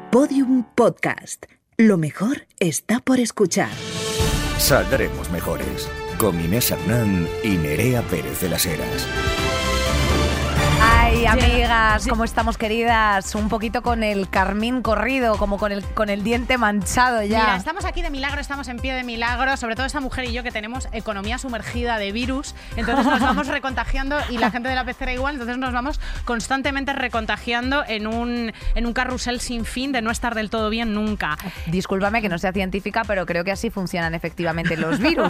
Podium Podcast. Lo mejor está por escuchar. Saldremos mejores. Con Inés Hernán y Nerea Pérez de las Heras. Ay, amigas, ¿cómo estamos, queridas? Un poquito con el carmín corrido, como con el diente manchado ya. Mira, estamos aquí de milagro, estamos en pie de milagro, sobre todo esta mujer y yo que tenemos economía sumergida de virus, entonces nos vamos recontagiando y la gente de la pecera igual, entonces nos vamos constantemente recontagiando en un carrusel sin fin de no estar del todo bien nunca. Discúlpame que no sea científica, pero creo que así funcionan efectivamente los virus.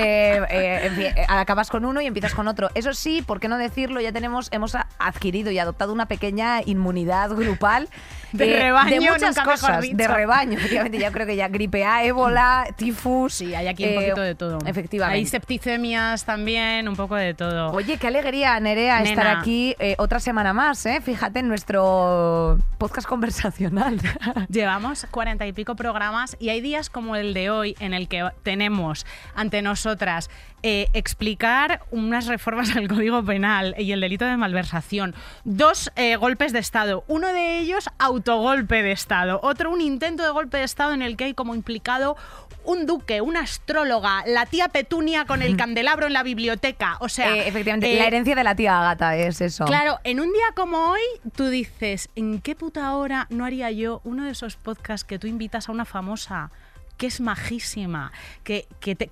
En fin, acabas con uno y empiezas con otro. Eso sí, ¿por qué no decirlo? Ya hemos adquirido y adoptado una pequeña inmunidad grupal de rebaño, de muchas nunca cosas, mejor dicho. de rebaño, efectivamente. Ya creo que ya gripe A, ébola, tifus. Sí, hay aquí un poquito de todo. Efectivamente. Hay septicemias también, un poco de todo. Oye, qué alegría, Nerea, Nena, estar aquí otra semana más, ¿eh? Fíjate en nuestro podcast conversacional. Llevamos 40 y pico programas y hay días como el de hoy en el que tenemos ante nosotras explicar unas reformas al Código Penal y el delito de malversación. 2 golpes de Estado. Uno de ellos autogolpe de Estado. Otro un intento de golpe de Estado en el que hay como implicado un duque, una astróloga, la tía Petunia con el candelabro en la biblioteca. O sea, efectivamente, la herencia de la tía Ágata es eso. Claro, en un día como hoy, tú dices, ¿en qué puta hora no haría yo uno de esos podcasts que tú invitas a una famosa que es majísima, que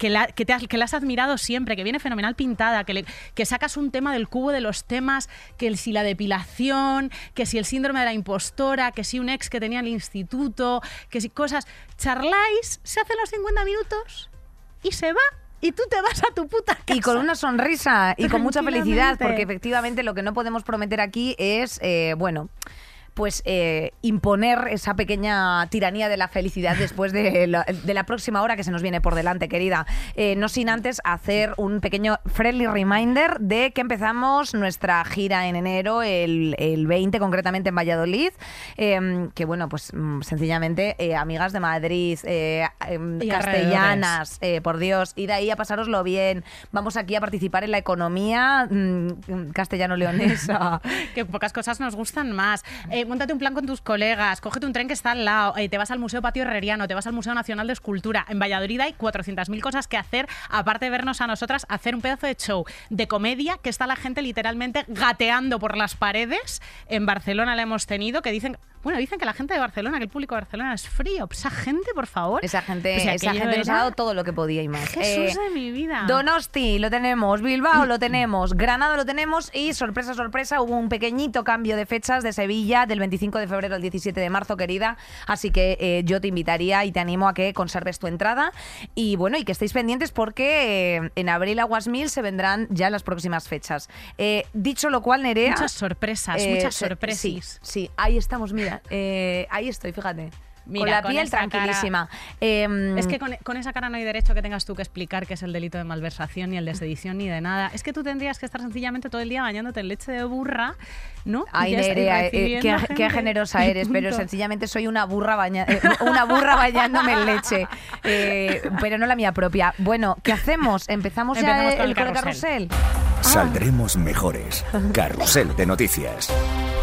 la has admirado siempre, que viene fenomenal pintada, que sacas un tema del cubo de los temas, que si la depilación, que si el síndrome de la impostora, que si un ex que tenía en el instituto, que si cosas, charláis, se hacen los 50 minutos y se va. Y tú te vas a tu puta casa. Y con una sonrisa y con mucha felicidad, porque efectivamente lo que no podemos prometer aquí es, pues imponer esa pequeña tiranía de la felicidad después de la próxima hora que se nos viene por delante, querida. No sin antes hacer un pequeño friendly reminder de que empezamos nuestra gira en enero, el 20 concretamente en Valladolid, que bueno, pues sencillamente amigas de Madrid, castellanas, por Dios, id ahí a pasároslo bien. Vamos aquí a participar en la economía castellano-leonesa. Que pocas cosas nos gustan más. Móntate un plan con tus colegas, cógete un tren que está al lado, te vas al Museo Patio Herreriano, te vas al Museo Nacional de Escultura. En Valladolid hay 400.000 cosas que hacer, aparte de vernos a nosotras, hacer un pedazo de show de comedia que está la gente literalmente gateando por las paredes. En Barcelona la hemos tenido, que dicen que la gente de Barcelona, que el público de Barcelona es frío. Esa gente, por favor. Esa gente, o sea, esa gente nos ha dado todo lo que podía y más. Jesús de mi vida. Donosti lo tenemos, Bilbao lo tenemos, Granada lo tenemos y, sorpresa, sorpresa, hubo un pequeñito cambio de fechas de Sevilla del 25 de febrero al 17 de marzo, querida. Así que yo te invitaría y te animo a que conserves tu entrada y bueno, y que estéis pendientes porque en abril Aguas Mil se vendrán ya las próximas fechas. Dicho lo cual, Nerea... Muchas sorpresas, muchas sorpresas. Sí, ahí estamos, mira. Ahí estoy, fíjate. Mira, con la piel tranquilísima. Es que con esa cara no hay derecho que tengas tú que explicar qué es el delito de malversación, ni el de sedición, ni de nada. Es que tú tendrías que estar sencillamente todo el día bañándote en leche de burra, ¿no? Ay, Nerea, qué generosa eres, pero sencillamente soy una burra bañándome en leche. Pero no la mía propia. Bueno, ¿qué hacemos? ¿Empezamos ya con el carrusel? Saldremos mejores. Carrusel de noticias.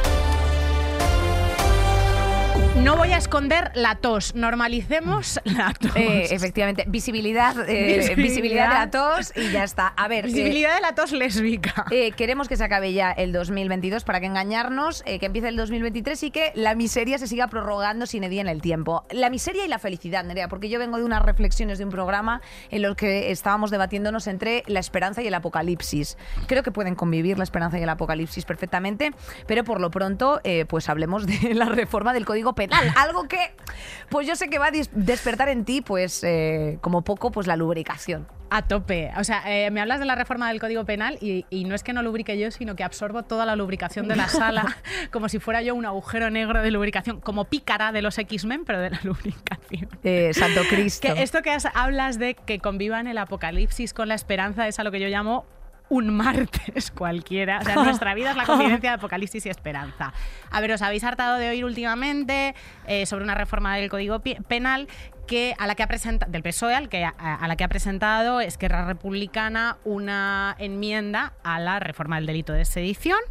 No voy a esconder la tos. Normalicemos la tos. Efectivamente. Visibilidad de la tos y ya está. A ver. Visibilidad de la tos lésbica. Queremos que se acabe ya el 2022 para que engañarnos, que empiece el 2023 y que la miseria se siga prorrogando sin edad en el tiempo. La miseria y la felicidad, Nerea, porque yo vengo de unas reflexiones de un programa en los que estábamos debatiéndonos entre la esperanza y el apocalipsis. Creo que pueden convivir la esperanza y el apocalipsis perfectamente, pero por lo pronto, pues hablemos de la reforma del Código Penal. Algo que, pues yo sé que va a despertar en ti, pues como poco, pues la lubricación. A tope. O sea, me hablas de la reforma del Código Penal y no es que no lubrique yo, sino que absorbo toda la lubricación de la sala como si fuera yo un agujero negro de lubricación, como Pícara de los X-Men, pero de la lubricación. Santo Cristo. Que esto que hablas de que convivan el apocalipsis con la esperanza es a lo que yo llamo un martes cualquiera. O sea, nuestra vida es la convivencia de apocalipsis y esperanza. A ver, os habéis hartado de oír últimamente sobre una reforma del Código Penal del PSOE, a la que ha presentado Esquerra Republicana una enmienda a la reforma del delito de sedición.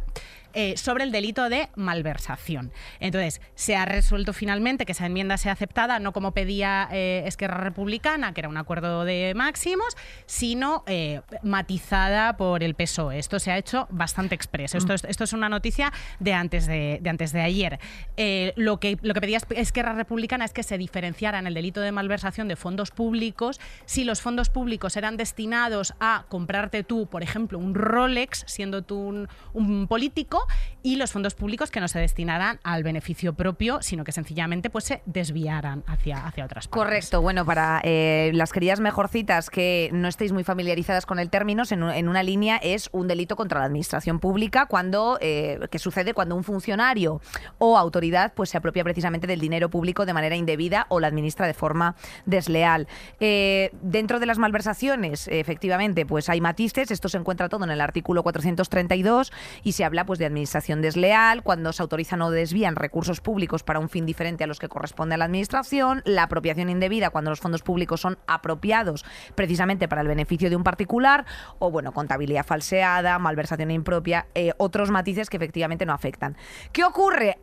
sobre el delito de malversación. Entonces, se ha resuelto finalmente que esa enmienda sea aceptada, no como pedía Esquerra Republicana, que era un acuerdo de máximos, sino matizada por el PSOE. Esto se ha hecho bastante expreso. Esto es una noticia de antes de ayer. Lo que pedía Esquerra Republicana es que se diferenciara en el delito de malversación de fondos públicos si los fondos públicos eran destinados a comprarte tú, por ejemplo, un Rolex, siendo tú un político, y los fondos públicos que no se destinaran al beneficio propio, sino que sencillamente pues se desviaran hacia otras partes. Correcto. Bueno, para las queridas mejorcitas que no estéis muy familiarizadas con el término, en una línea es un delito contra la administración pública que sucede cuando un funcionario o autoridad pues se apropia precisamente del dinero público de manera indebida o la administra de forma desleal. Dentro de las malversaciones, efectivamente, pues hay matices. Esto se encuentra todo en el artículo 432 y se habla pues de administración desleal, cuando se autorizan o desvían recursos públicos para un fin diferente a los que corresponde a la administración, la apropiación indebida cuando los fondos públicos son apropiados precisamente para el beneficio de un particular, o bueno, contabilidad falseada, malversación impropia, otros matices que efectivamente no afectan. ¿Qué ocurre?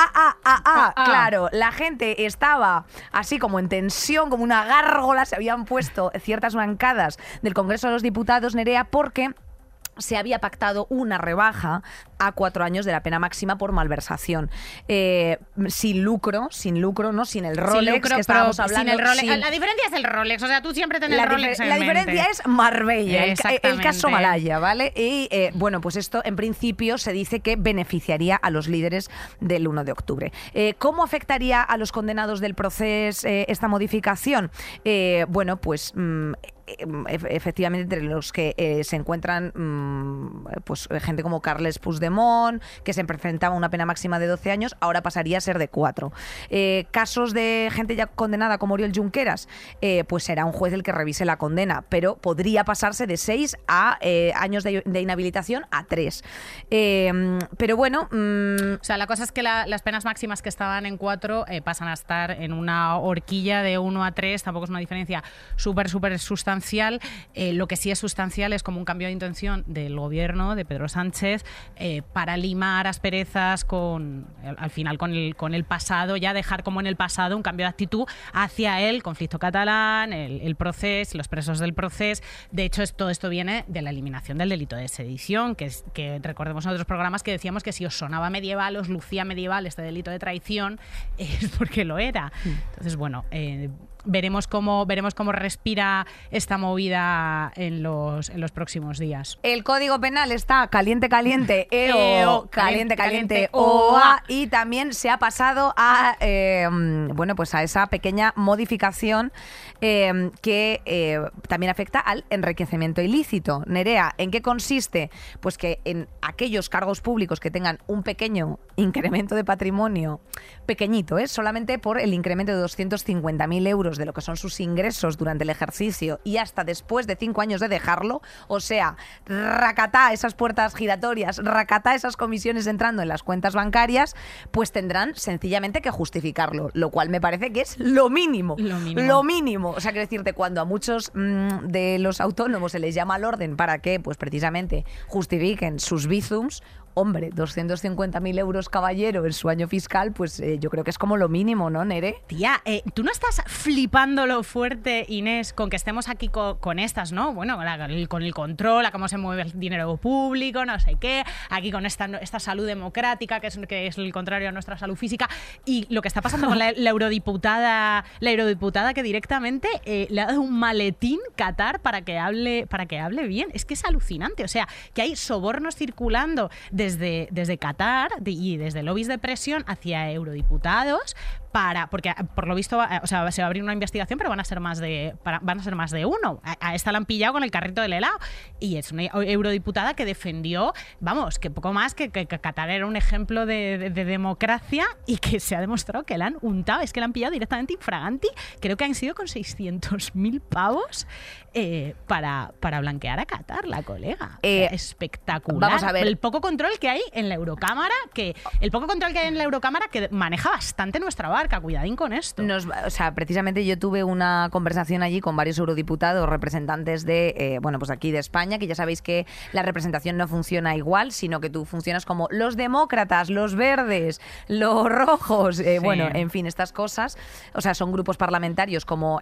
Claro, la gente estaba así como en tensión, como una gárgola, se habían puesto ciertas bancadas del Congreso de los Diputados, Nerea, porque se había pactado una rebaja a 4 años de la pena máxima por malversación. Sin lucro, ¿no? Sin el Rolex, sin lucro, que estábamos hablando. Sin el Rolex. La diferencia es el Rolex, o sea, tú siempre tenés el Rolex en la mente. diferencia es Marbella, el caso Malaya, ¿vale? Y bueno, pues esto en principio se dice que beneficiaría a los líderes del 1 de octubre. ¿Cómo afectaría a los condenados del proceso esta modificación? Bueno, pues efectivamente entre los que se encuentran pues gente como Carles Puigdemont, que se enfrentaba a una pena máxima de 12 años, ahora pasaría a ser de 4. Casos de gente ya condenada como Oriol Junqueras, pues será un juez el que revise la condena, pero podría pasarse de 6 a años de inhabilitación a 3. Pero bueno... o sea, la cosa es que las penas máximas que estaban en 4 pasan a estar en una horquilla de 1 a 3, tampoco es una diferencia súper sustancial. Lo que sí es sustancial es como un cambio de intención del gobierno de Pedro Sánchez para limar asperezas al final con el pasado, ya dejar como en el pasado un cambio de actitud hacia el conflicto catalán, el proceso, los presos del proceso. De hecho, todo esto viene de la eliminación del delito de sedición, que recordemos en otros programas que decíamos que si os sonaba medieval, os lucía medieval este delito de traición, es porque lo era. Entonces, bueno... Veremos cómo respira esta movida en los próximos días. El Código Penal está caliente, caliente, OA, y también se ha pasado a pues a esa pequeña modificación que también afecta al enriquecimiento ilícito. Nerea, ¿en qué consiste? Pues que en aquellos cargos públicos que tengan un pequeño incremento de patrimonio, pequeñito, solamente por el incremento de 250.000 euros de lo que son sus ingresos durante el ejercicio y hasta después de 5 años de dejarlo, o sea, racatá esas puertas giratorias, racatá esas comisiones entrando en las cuentas bancarias, pues tendrán sencillamente que justificarlo, lo cual me parece que es lo mínimo. O sea, quiero decirte, cuando a muchos de los autónomos se les llama al orden para que, pues precisamente, justifiquen sus bizums, hombre, 250.000 euros, caballero, en su año fiscal, pues yo creo que es como lo mínimo, ¿no, Nere? Tía, ¿tú no estás flipándolo fuerte, Inés, con que estemos aquí con estas, ¿no? Bueno, con el control, a cómo se mueve el dinero público, no sé qué, aquí con esta salud democrática, que es el contrario a nuestra salud física, y lo que está pasando con la eurodiputada que directamente le ha dado un maletín Qatar para que hable bien. Es que es alucinante, o sea, que hay sobornos circulando desde Qatar y desde lobbies de presión hacia eurodiputados porque por lo visto se va a abrir una investigación, pero van a ser más de uno. A esta la han pillado con el carrito del helado y es una eurodiputada que defendió, vamos, que poco más que Qatar era un ejemplo de democracia y que se ha demostrado que la han untado, es que la han pillado directamente infraganti, creo que han sido con 600.000 pavos para blanquear a Qatar, la colega. Espectacular. Vamos a ver. El poco control que hay en la Eurocámara, que maneja bastante nuestra barca. Dinamarca, cuidadín con esto. O sea, precisamente yo tuve una conversación allí con varios eurodiputados, representantes de, bueno, pues aquí de España, que ya sabéis que la representación no funciona igual, sino que tú funcionas como los demócratas, los verdes, los rojos, bueno, en fin, estas cosas. O sea, son grupos parlamentarios como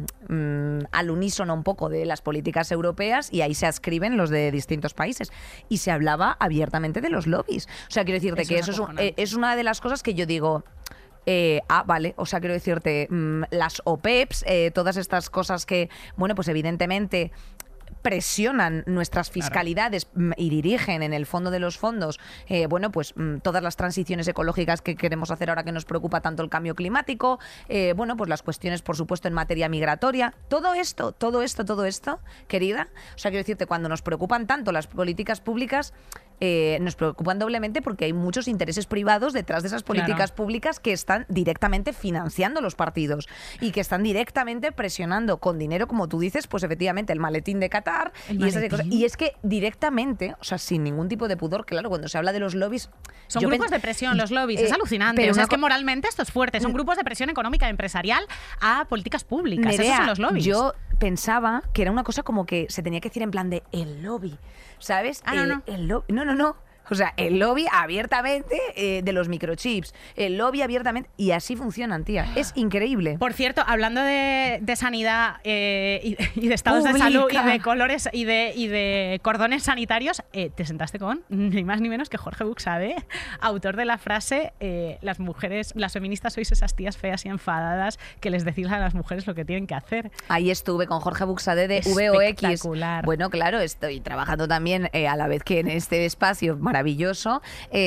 al unísono un poco de las políticas europeas, y ahí se adscriben los de distintos países. Y se hablaba abiertamente de los lobbies. O sea, quiero decirte que eso es una de las cosas que yo digo... vale, o sea, quiero decirte, las OPEPs, todas estas cosas que, bueno, pues evidentemente presionan nuestras fiscalidades y dirigen en el fondo de los fondos, bueno, pues todas las transiciones ecológicas que queremos hacer ahora, que nos preocupa tanto el cambio climático, bueno, pues las cuestiones, por supuesto, en materia migratoria, todo esto, querida, o sea, quiero decirte, cuando nos preocupan tanto las políticas públicas, nos preocupan doblemente porque hay muchos intereses privados detrás de esas políticas públicas que están directamente financiando los partidos y que están directamente presionando con dinero, como tú dices, pues efectivamente el maletín de Qatar y esas cosas. Y es que directamente, o sea, sin ningún tipo de pudor, claro, cuando se habla de los lobbies... Son grupos de presión, los lobbies, es alucinante. Pero es que moralmente esto es fuerte, son grupos de presión económica y empresarial a políticas públicas. Nerea, esos son los lobbies. Yo pensaba que era una cosa como que se tenía que decir en plan de el lobby, ¿sabes? El lobby. No. O sea, el lobby abiertamente de los microchips, el lobby abiertamente, y así funcionan, tía. Es increíble. Por cierto, hablando de sanidad y de estados de salud y de colores y de cordones sanitarios, te sentaste con ni más ni menos que Jorge Buxadé, autor de la frase las feministas sois esas tías feas y enfadadas que les decís a las mujeres lo que tienen que hacer. Ahí estuve con Jorge Buxadé de VOX. Bueno, claro, estoy trabajando también a la vez que en este espacio maravilloso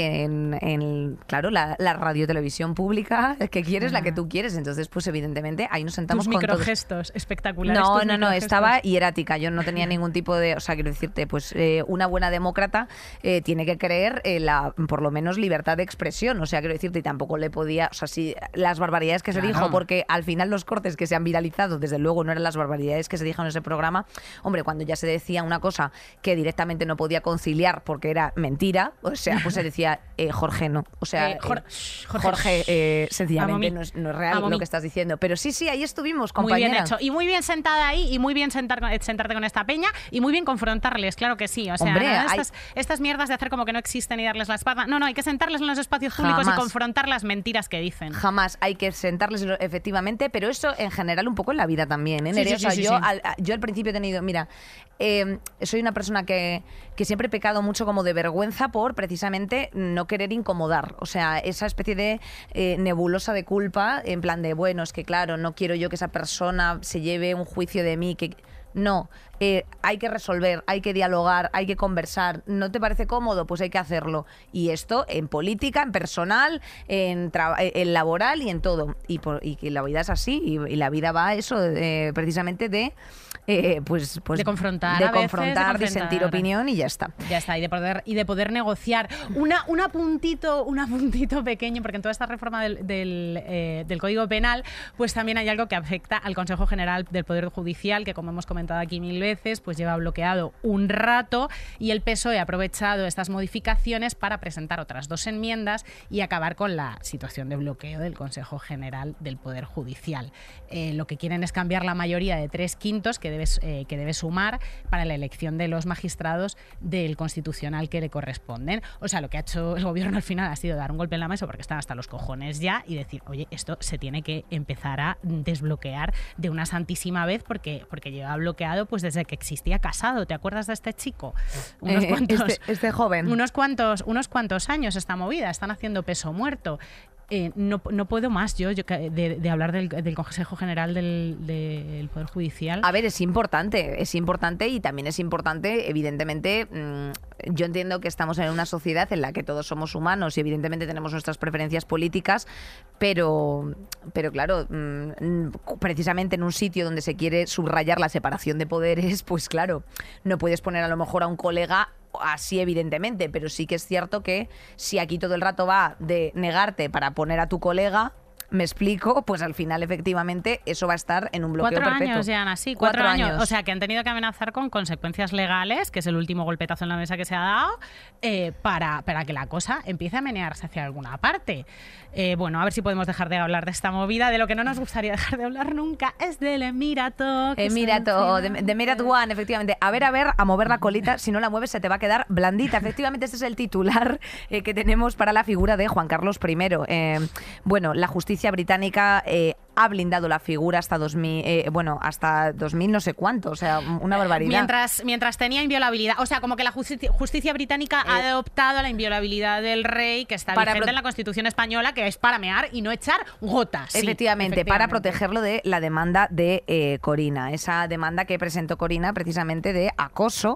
claro, la radiotelevisión pública que quieres, la que tú quieres. Entonces, pues evidentemente ahí nos sentamos tus con microgestos espectaculares. No, estaba hierática. Yo no tenía ningún tipo de... O sea, quiero decirte, pues una buena demócrata tiene que creer en la, por lo menos, libertad de expresión. O sea, quiero decirte, y tampoco le podía... O sea, si las barbaridades que se dijo, porque al final los cortes que se han viralizado, desde luego, no eran las barbaridades que se dijeron en ese programa. Hombre, cuando ya se decía una cosa que directamente no podía conciliar porque era mentira, o sea, pues se decía, Jorge, no. O sea, Jorge, sencillamente no es real lo que estás diciendo. Pero sí, ahí estuvimos, compañera. Muy bien hecho. Y muy bien sentada ahí, y muy bien sentarte con esta peña, y muy bien confrontarles, claro que sí. O sea, hombre, estas mierdas de hacer como que no existen y darles la espalda. No, hay que sentarles en los espacios públicos y confrontar las mentiras que dicen. Jamás hay que sentarles, efectivamente, pero eso en general un poco en la vida también, ¿eh? Sí. Yo al principio he tenido, mira, soy una persona que siempre he pecado mucho como de vergüenza por precisamente no querer incomodar. O sea, esa especie de nebulosa de culpa, en plan de, bueno, es que claro, no quiero yo que esa persona se lleve un juicio de mí, que... No, hay que resolver, hay que dialogar, hay que conversar. ¿No te parece cómodo? Pues hay que hacerlo. Y esto en política, en personal, en laboral y en todo. Y que la vida es así, y la vida va a eso, precisamente de... pues de confrontar, de sentir opinión, y ya está. Ya está, y de poder negociar. Un apuntito pequeño, porque en toda esta reforma del Código Penal, pues también hay algo que afecta al Consejo General del Poder Judicial, que, como hemos comentado aquí 1000 veces, pues lleva bloqueado un rato, y el PSOE ha aprovechado estas modificaciones para presentar otras 2 enmiendas y acabar con la situación de bloqueo del Consejo General del Poder Judicial. Lo que quieren es cambiar la mayoría de 3/5 que debe sumar para la elección de los magistrados del Constitucional que le corresponden. O sea, lo que ha hecho el gobierno al final ha sido dar un golpe en la mesa, porque están hasta los cojones ya, y decir, oye, esto se tiene que empezar a desbloquear de una santísima vez, porque lleva bloqueado pues desde que existía Casado. ¿Te acuerdas de este chico? Unos cuantos, este joven. Unos cuantos años esta movida. Están haciendo peso muerto. No puedo más yo de hablar del Consejo General del Poder Judicial. A ver, es importante y también es importante, evidentemente, yo entiendo que estamos en una sociedad en la que todos somos humanos y evidentemente tenemos nuestras preferencias políticas, pero claro, precisamente en un sitio donde se quiere subrayar la separación de poderes, pues claro, no puedes poner a lo mejor a un colega así, evidentemente, pero sí que es cierto que si aquí todo el rato va de negarte para poner a tu colega, me explico, pues al final efectivamente eso va a estar en un bloqueo 4 perpetuo. años, Diana, sí, 4 años. O sea, que han tenido que amenazar con consecuencias legales, que es el último golpetazo en la mesa que se ha dado, para que la cosa empiece a menearse hacia alguna parte. Bueno, a ver si podemos dejar de hablar de esta movida. De lo que no nos gustaría dejar de hablar nunca es del Emirato. Emirato, de Emirat One, efectivamente. A ver, a mover la colita. Si no la mueves se te va a quedar blandita. Efectivamente, este es el titular que tenemos para la figura de Juan Carlos I. Bueno, la justicia británica ha blindado la figura hasta 2000, hasta 2000 no sé cuánto, o sea, una barbaridad. Mientras tenía inviolabilidad, o sea, como que la justicia británica ha adoptado la inviolabilidad del rey, que está vigente en la Constitución española, que es para mear y no echar gotas. Sí, efectivamente, para protegerlo de la demanda de Corina, esa demanda que presentó Corina precisamente de acoso,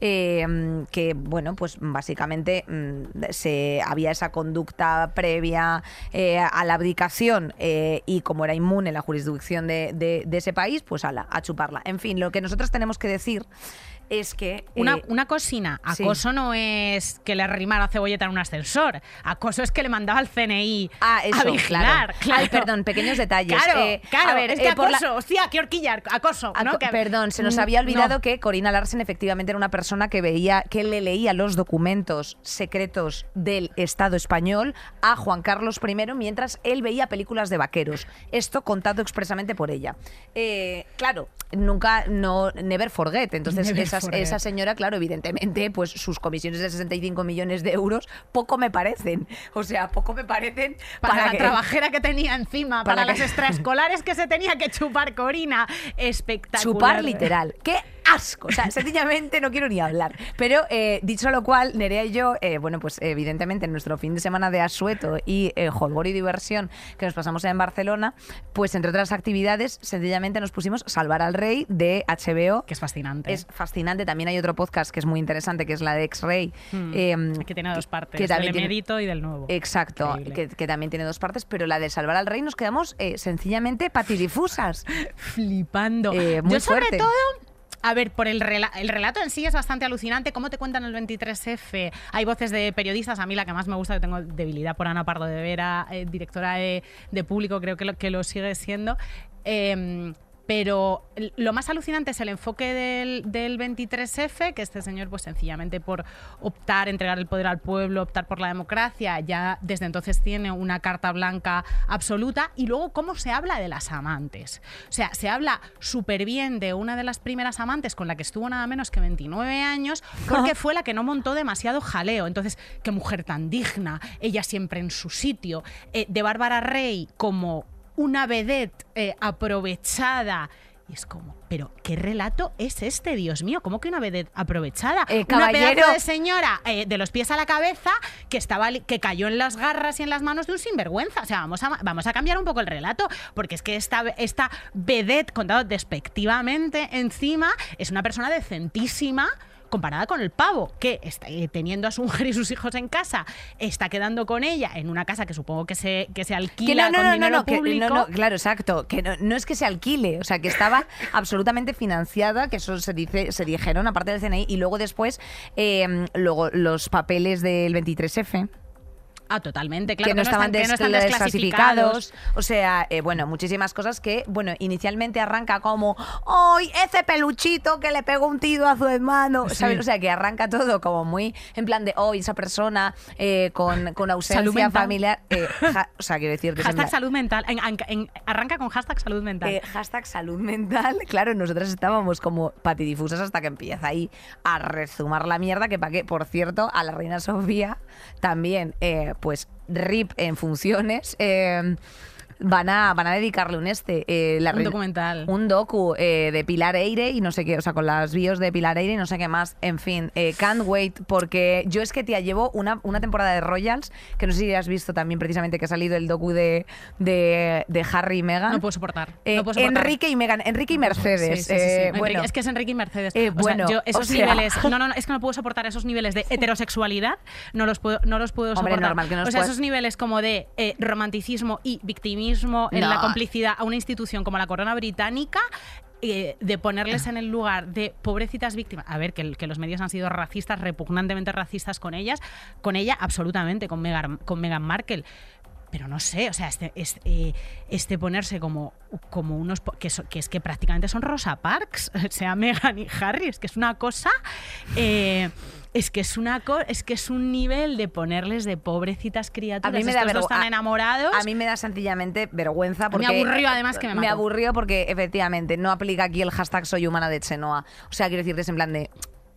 que, bueno, pues básicamente había esa conducta previa a la abdicación y como era inmune la jurisdicción de ese país, pues a chuparla. En fin, lo que nosotros tenemos que decir es que... Una cosina, acoso sí. No es que le arrimara cebolleta en un ascensor, acoso es que le mandaba al CNI a vigilar. Claro. Ay, perdón, pequeños detalles. Claro, a ver, es que acoso, hostia, qué horquilla, acoso. ¿No? Perdón, se nos había olvidado que Corina Larsen efectivamente era una persona que le leía los documentos secretos del Estado español a Juan Carlos I mientras él veía películas de vaqueros. Esto contado expresamente por ella. Claro, never forget. Entonces, esa señora, claro, evidentemente, pues sus comisiones de 65 millones de euros poco me parecen. O sea, poco me parecen para la trabajera que tenía encima, para las extraescolares que se tenía que chupar Corina. Espectacular. Chupar literal. ¡Qué asco! O sea, sencillamente no quiero ni hablar. Pero, dicho lo cual, Nerea y yo, bueno, pues evidentemente en nuestro fin de semana de asueto y jolgorio y diversión que nos pasamos en Barcelona, pues entre otras actividades, sencillamente nos pusimos Salvar al Rey de HBO. Que es fascinante. Es fascinante. También hay otro podcast que es muy interesante, que es la de X-Ray. Que tiene 2 partes, del emérito y del nuevo. Exacto, que también tiene 2 partes, pero la de Salvar al Rey nos quedamos sencillamente patidifusas. Flipando. Muy yo sobre fuerte. todo... A ver, por el relato en sí es bastante alucinante. ¿Cómo te cuentan el 23F? Hay voces de periodistas. A mí la que más me gusta, que tengo debilidad por Ana Pardo de Vera, directora de Público, creo que lo sigue siendo. Pero lo más alucinante es el enfoque del 23F, que este señor, pues sencillamente por optar, entregar el poder al pueblo, optar por la democracia, ya desde entonces tiene una carta blanca absoluta. Y luego cómo se habla de las amantes. O sea, se habla súper bien de una de las primeras amantes con la que estuvo nada menos que 29 años, porque fue la que no montó demasiado jaleo. Entonces, qué mujer tan digna, ella siempre en su sitio. De Bárbara Rey como una vedette aprovechada. Y es como, pero ¿qué relato es este, Dios mío? ¿Cómo que una vedette aprovechada? Una pedazo de señora de los pies a la cabeza que cayó en las garras y en las manos de un sinvergüenza. O sea, vamos a cambiar un poco el relato, porque es que esta vedette, contado despectivamente encima, es una persona decentísima, comparada con el pavo, que está teniendo a su mujer y sus hijos en casa, está quedando con ella en una casa que supongo que se alquila con dinero público. Claro, exacto. Que no es que se alquile, o sea, que estaba absolutamente financiada, que eso se dijeron aparte del CNI, y luego después los papeles del 23F. Totalmente, claro. Que no estaban desclasificados. O sea, bueno, muchísimas cosas que, bueno, inicialmente arranca como ¡ay, ese peluchito que le pegó un tiro a su hermano! Sí. ¿Sabes? O sea, que arranca todo como muy en plan de ¡ay, esa persona con ausencia familiar! O sea, quiero decir... Hashtag salud mental. Arranca con hashtag salud mental. Hashtag salud mental. Claro, nosotros estábamos como patidifusas hasta que empieza ahí a rezumar la mierda, que para qué, por cierto, a la reina Sofía también... pues RIP en funciones, van a dedicarle un documental. Un docu de Pilar Eire y no sé qué, o sea, con las bios de Pilar Eire y no sé qué más. En fin, can't wait, porque yo es que, tía, llevo una temporada de Royals, que no sé si has visto también precisamente que ha salido el docu de Harry y Meghan. No puedo soportar. Enrique y Meghan, Enrique y Mercedes. Sí. Bueno, es que es Enrique y Mercedes. niveles, es que no puedo soportar esos niveles de heterosexualidad, no los puedo soportar. Hombre, normal que no esos niveles como de romanticismo y victimismo en la complicidad a una institución como la Corona Británica, de ponerles en el lugar de pobrecitas víctimas. A ver, que los medios han sido racistas, repugnantemente racistas con ella absolutamente, con Meghan Markle. pero no sé, o sea, este ponerse como unos que es que prácticamente son Rosa Parks, o sea, Meghan y Harry, es que es una cosa, es que es un nivel de ponerles de pobrecitas criaturas. A mí me estos dos tan enamorados. A mí me da sencillamente vergüenza porque me aburrió además que me mató. Me aburrió porque efectivamente no aplica aquí el hashtag soy humana de Chenoa. O sea, quiero decirte, es en plan de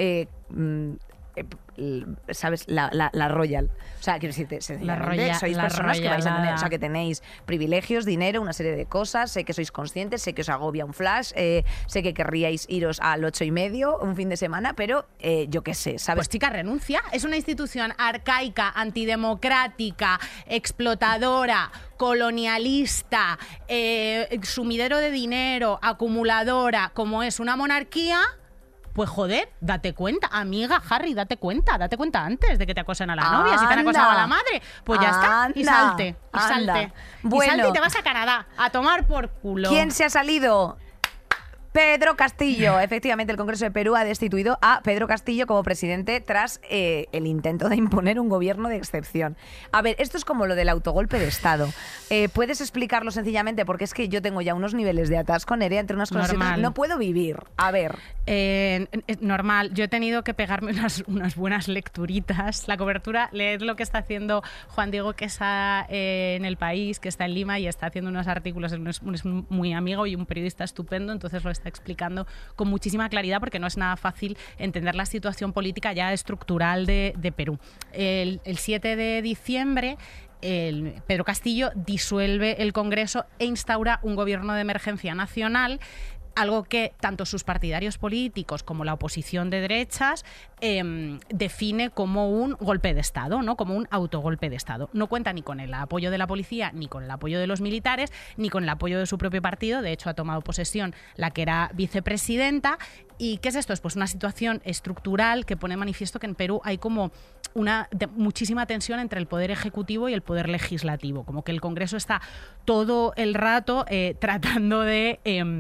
¿sabes? La Royal. O sea, quiero decirte, sencillamente, sois personas que vais a tener, o sea, que tenéis privilegios, dinero, una serie de cosas, sé que sois conscientes, sé que os agobia un flash, sé que querríais iros al 8:30 un fin de semana, pero yo qué sé, ¿sabes? Pues chica, renuncia. Es una institución arcaica, antidemocrática, explotadora, colonialista, sumidero de dinero, acumuladora, como es una monarquía. Pues joder, date cuenta, amiga Harry, date cuenta antes de que te acosen a la novia, si te han acosado a la madre, pues ya está, y salte. Bueno, y salte y te vas a Canadá, a tomar por culo. ¿Quién se ha salido? Pedro Castillo. Efectivamente, el Congreso de Perú ha destituido a Pedro Castillo como presidente tras el intento de imponer un gobierno de excepción. A ver, esto es como lo del autogolpe de Estado. ¿Puedes explicarlo sencillamente? Porque es que yo tengo ya unos niveles de atasco, Nerea, entre unas cosas y otras. No puedo vivir. A ver. Normal. Yo he tenido que pegarme unas buenas lecturitas. La cobertura, leed lo que está haciendo Juan Diego Quesada en El País, que está en Lima y está haciendo unos artículos. Es muy amigo y un periodista estupendo, entonces lo está explicando con muchísima claridad porque no es nada fácil entender la situación política ya estructural de Perú. El 7 de diciembre Pedro Castillo disuelve el Congreso e instaura un gobierno de emergencia nacional, algo que tanto sus partidarios políticos como la oposición de derechas define como un golpe de Estado, ¿no? Como un autogolpe de Estado. No cuenta ni con el apoyo de la policía, ni con el apoyo de los militares, ni con el apoyo de su propio partido. De hecho, ha tomado posesión la que era vicepresidenta. ¿Y qué es esto? Pues una situación estructural que pone manifiesto que en Perú hay como muchísima tensión entre el poder ejecutivo y el poder legislativo. Como que el Congreso está todo el rato tratando de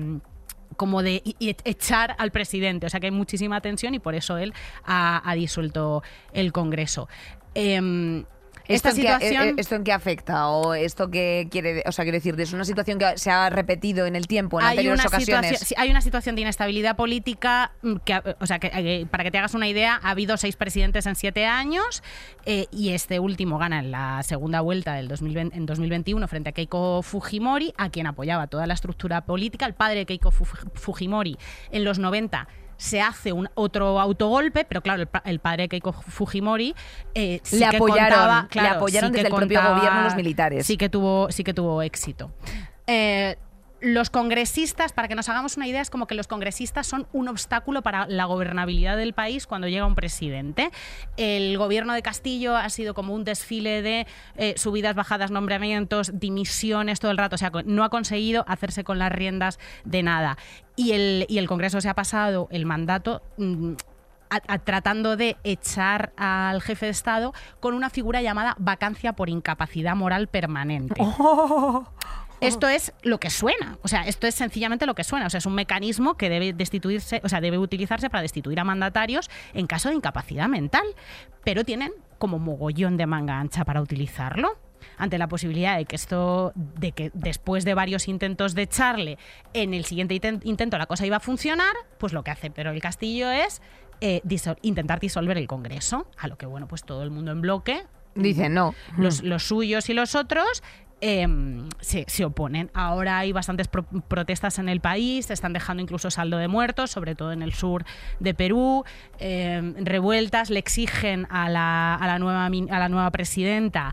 echar al presidente. O sea que hay muchísima tensión y por eso él ha disuelto el Congreso. ¿Esto en qué afecta? ¿O esto qué quiere? O sea, quiero decir, es una situación que se ha repetido en el tiempo, en anteriores ocasiones. Hay una situación de inestabilidad política que para que te hagas una idea, ha habido 6 presidentes en 7 años y este último gana en la segunda vuelta en 2021 frente a Keiko Fujimori, a quien apoyaba toda la estructura política. El padre de Keiko Fujimori en los 90 se hace otro autogolpe, pero claro, el padre de Keiko Fujimori sí le apoyaron, claro, le apoyaron sí desde el propio gobierno los militares. Sí que tuvo éxito. Los congresistas, para que nos hagamos una idea, es como que los congresistas son un obstáculo para la gobernabilidad del país cuando llega un presidente. El gobierno de Castillo ha sido como un desfile de subidas, bajadas, nombramientos, dimisiones todo el rato. O sea, no ha conseguido hacerse con las riendas de nada. Y el Congreso se ha pasado el mandato tratando de echar al jefe de Estado con una figura llamada vacancia por incapacidad moral permanente. Esto es lo que suena, o sea, esto es sencillamente lo que suena, o sea, es un mecanismo que debe destituirse, o sea, debe utilizarse para destituir a mandatarios en caso de incapacidad mental, pero tienen como mogollón de manga ancha para utilizarlo. Ante la posibilidad de que después de varios intentos de echarle, en el siguiente intento la cosa iba a funcionar, pues lo que hace Pedro del Castillo es intentar disolver el Congreso, a lo que, bueno, pues todo el mundo en bloque dice no. Los suyos y los otros se oponen. Ahora hay bastantes protestas en el país, se están dejando incluso saldo de muertos, sobre todo en el sur de Perú, revueltas, le exigen a la nueva presidenta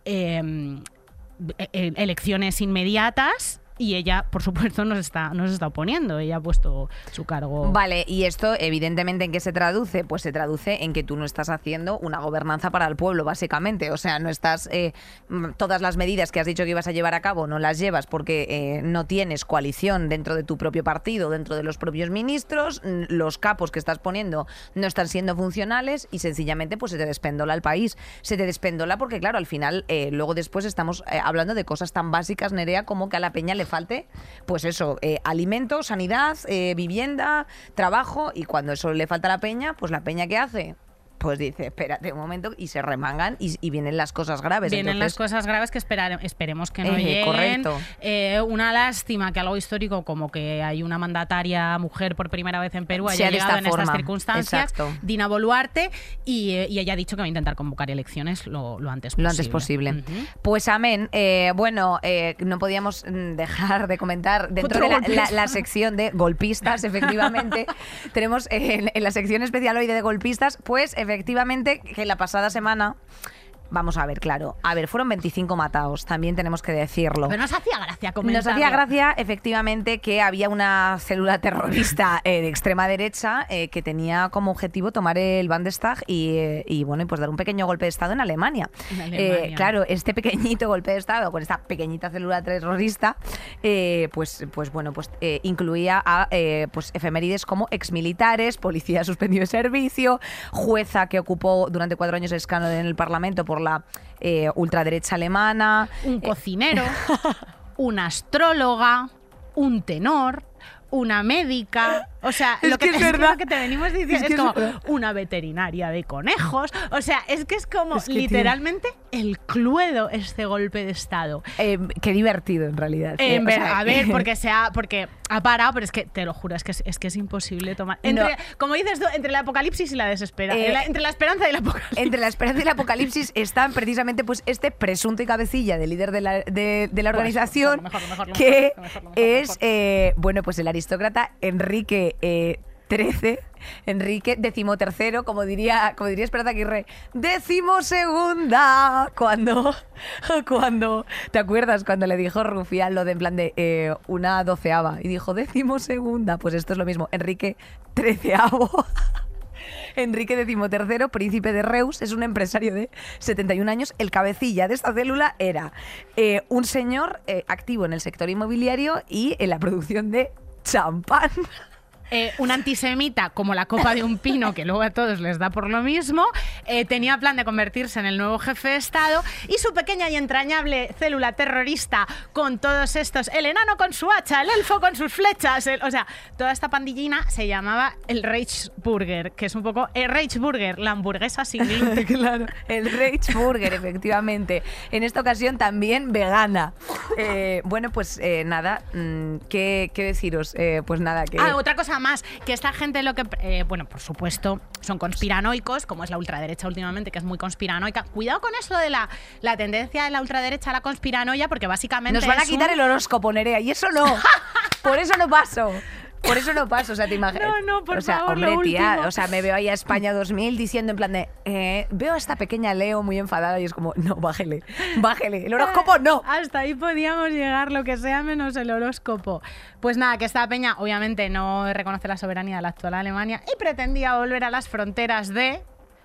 elecciones inmediatas. Y ella, por supuesto, no se está oponiendo. Ella ha puesto su cargo. Vale, y esto, evidentemente, ¿en qué se traduce? Pues se traduce en que tú no estás haciendo una gobernanza para el pueblo, básicamente. O sea, no estás... todas las medidas que has dicho que ibas a llevar a cabo no las llevas porque no tienes coalición dentro de tu propio partido, dentro de los propios ministros. Los capos que estás poniendo no están siendo funcionales y sencillamente pues se te despendola el país. Se te despendola porque, claro, al final, luego después estamos hablando de cosas tan básicas, Nerea, como que a la peña le falte, pues eso, alimento, sanidad, vivienda, trabajo, y cuando eso le falta a la peña, pues la peña ¿qué hace? pues dice, espérate un momento, y se remangan y vienen las cosas graves. Vienen las cosas graves que esperemos que no lleguen. Correcto. Una lástima que algo histórico como que hay una mandataria mujer por primera vez en Perú haya Sea de llegado esta en forma. estas circunstancias. Exacto. Dina Boluarte, y ella ha dicho que va a intentar convocar elecciones lo antes posible. Lo antes posible. Pues amén. Bueno, no podíamos dejar de comentar dentro Otro de la sección de golpistas, efectivamente. Tenemos en la sección especial hoy de golpistas, pues efectivamente que la pasada semana... Vamos a ver, claro. A ver, fueron 25 matados, también tenemos que decirlo. Pero nos hacía gracia comentarlo. Nos hacía gracia, efectivamente, que había una célula terrorista de extrema derecha que tenía como objetivo tomar el Bundestag y bueno, pues dar un pequeño golpe de Estado en Alemania. Claro, este pequeñito golpe de Estado con esta pequeñita célula terrorista, incluía a pues efemérides como exmilitares, policía suspendido de servicio, jueza que ocupó durante 4 años el escaño en el Parlamento por la ultraderecha alemana, un cocinero, una astróloga, un tenor, una médica, o sea, Es lo que que es verdad. lo que te venimos diciendo es como una veterinaria de conejos, o sea, es que es como literalmente el Cluedo este golpe de Estado. Qué divertido en realidad. Porque ha parado, pero es que te lo juro, es que es imposible tomar. Como dices tú, entre el apocalipsis y la desesperación, entre la esperanza y el apocalipsis. Entre la esperanza y el apocalipsis están precisamente pues este presunto y cabecilla de líder de la organización, es pues el aristócrata Enrique XIII, Enrique XIII, como diría Esperanza Aguirre, XII, cuando ¿te acuerdas cuando le dijo Rufián lo de en plan de una 12ª y dijo 12ª? Pues esto es lo mismo, Enrique XIII. Enrique XIII, príncipe de Reus, es un empresario de 71 años. El cabecilla de esta célula era un señor activo en el sector inmobiliario y en la producción de champán. Un antisemita como la copa de un pino, que luego a todos les da por lo mismo, tenía plan de convertirse en el nuevo jefe de Estado, y su pequeña y entrañable célula terrorista con todos estos, el enano con su hacha, el elfo con sus flechas, o sea, toda esta pandillina se llamaba el Reichsburger, que es un poco el Reichsburger, la hamburguesa sin gluten. Claro, el Reichsburger, efectivamente. En esta ocasión también vegana. ¿qué deciros? Pues nada, que... Otra cosa más, que esta gente por supuesto, son conspiranoicos, como es la ultraderecha últimamente, que es muy conspiranoica. Cuidado con eso de la tendencia de la ultraderecha a la conspiranoia, porque básicamente nos van a quitar el horóscopo, Nerea, y eso no. Por eso no paso. Por eso no paso, o sea, te imaginas. No, por favor, hombre, lo tía, último. o sea, me veo ahí a España 2000 diciendo en plan de veo a esta pequeña Leo muy enfadada y es como, no, bájele, el horóscopo no. Hasta ahí podíamos llegar, lo que sea menos el horóscopo. Pues nada, que esta peña obviamente no reconoce la soberanía de la actual Alemania y pretendía volver a las fronteras de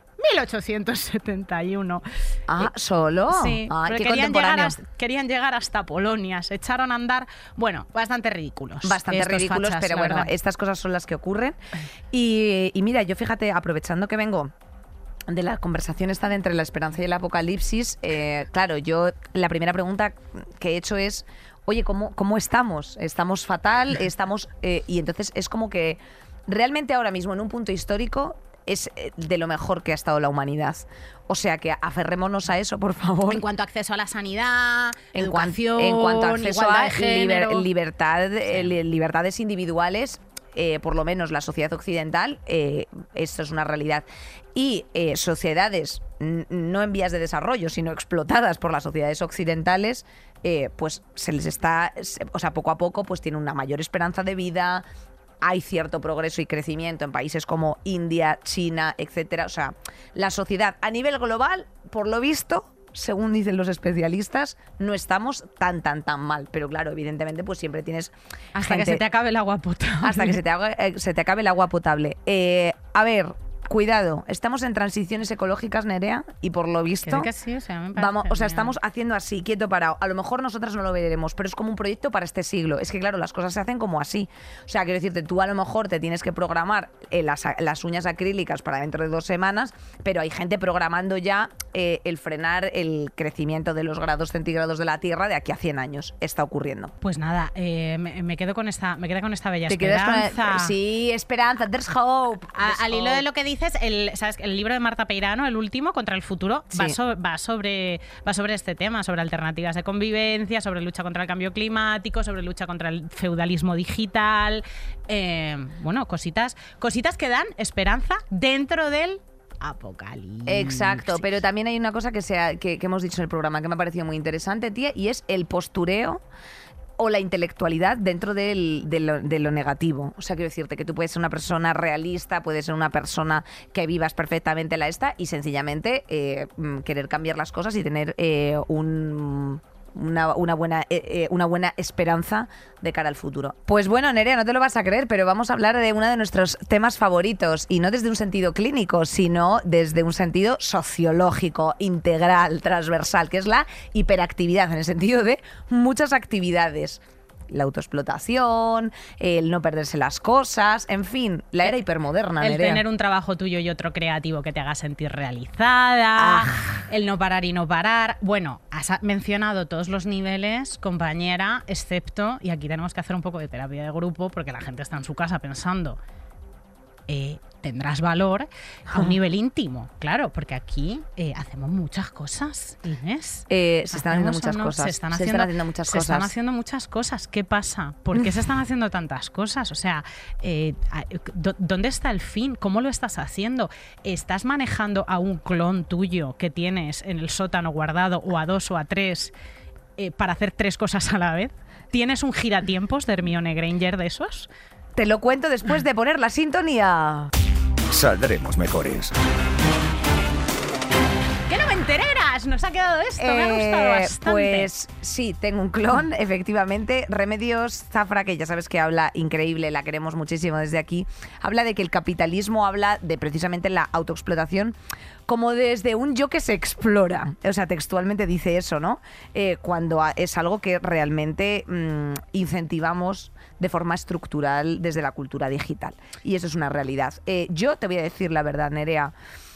1871. ¿Solo? Sí, qué querían llegar hasta Polonia, se echaron a andar, bastante ridículos. Bastante ridículos, fachas, pero bueno, ¿verdad? estas cosas son las que ocurren. Y mira, yo fíjate, aprovechando que vengo de la conversación esta de entre la esperanza y el apocalipsis, claro, yo la primera pregunta que he hecho es, oye, ¿cómo estamos? ¿Estamos fatal? Y entonces es como que realmente ahora mismo en un punto histórico es de lo mejor que ha estado la humanidad. O sea que aferrémonos a eso, por favor. En cuanto a acceso a la sanidad, educación, en cuanto a acceso igualdad a de género. libertades individuales, por lo menos la sociedad occidental, esto es una realidad. Y sociedades no en vías de desarrollo, sino explotadas por las sociedades occidentales, pues se les está, poco a poco, pues tienen una mayor esperanza de vida. Hay cierto progreso y crecimiento en países como India, China, etcétera. O sea, la sociedad a nivel global, por lo visto, según dicen los especialistas, no estamos tan mal. Pero claro, evidentemente, pues siempre tienes hasta que se te acabe el agua potable. Hasta que se te acabe el agua potable. A ver, cuidado, estamos en transiciones ecológicas, Nerea, y por lo visto creo que sí, me parece estamos haciendo así, quieto, parado. A lo mejor nosotras no lo veremos, pero es como un proyecto para este siglo. Es que claro, las cosas se hacen como así. O sea, quiero decirte, tú a lo mejor te tienes que programar las uñas acrílicas para dentro de 2 semanas, pero hay gente programando ya el frenar el crecimiento de los grados centígrados de la Tierra de aquí a 100 años. Está ocurriendo. Pues nada, me quedo con esta bella ¿Te quedas esperanza. sí, esperanza, there's hope. Al hilo de lo que dices dices, ¿sabes? El libro de Marta Peirano, el último, Contra el futuro, Sí. va sobre este tema, sobre alternativas de convivencia, sobre lucha contra el cambio climático, sobre lucha contra el feudalismo digital. Bueno, cositas que dan esperanza dentro del apocalipsis. Exacto, pero también hay una cosa que hemos dicho en el programa que me ha parecido muy interesante, tía, y es el postureo o la intelectualidad dentro de lo negativo. O sea, quiero decirte que tú puedes ser una persona realista, puedes ser una persona que vivas perfectamente la esta y sencillamente querer cambiar las cosas y tener una buena esperanza de cara al futuro. Pues bueno, Nerea, no te lo vas a creer, pero vamos a hablar de uno de nuestros temas favoritos, y no desde un sentido clínico, sino desde un sentido sociológico, integral, transversal, que es la hiperactividad, en el sentido de muchas actividades. La autoexplotación, el no perderse las cosas, en fin, la era hipermoderna, El Nerea. tener un trabajo tuyo y otro creativo que te haga sentir realizada, el no parar y no parar. Bueno, has mencionado todos los niveles, compañera, excepto, y aquí tenemos que hacer un poco de terapia de grupo porque la gente está en su casa pensando, tendrás valor a un nivel íntimo, claro, porque aquí hacemos muchas cosas, Inés. Se están haciendo muchas cosas. Se están haciendo muchas cosas. ¿Qué pasa? ¿Por qué se están haciendo tantas cosas? O sea, ¿dónde está el fin? ¿Cómo lo estás haciendo? ¿Estás manejando a un clon tuyo que tienes en el sótano guardado, o a 2 o a 3, para hacer 3 cosas a la vez? ¿Tienes un giratiempos de Hermione Granger de esos? Te lo cuento después de poner la sintonía. Saldremos mejores. ¡Qué noventereras! Nos ha quedado esto, me ha gustado bastante. Pues sí, tengo un clon, efectivamente. Remedios Zafra, que ya sabes que habla increíble, la queremos muchísimo desde aquí, habla de que el capitalismo habla de precisamente la autoexplotación como desde un yo que se explora. O sea, textualmente dice eso, ¿no? Cuando es algo que realmente incentivamos de forma estructural desde la cultura digital. Y eso es una realidad. Yo te voy a decir la verdad, Nerea.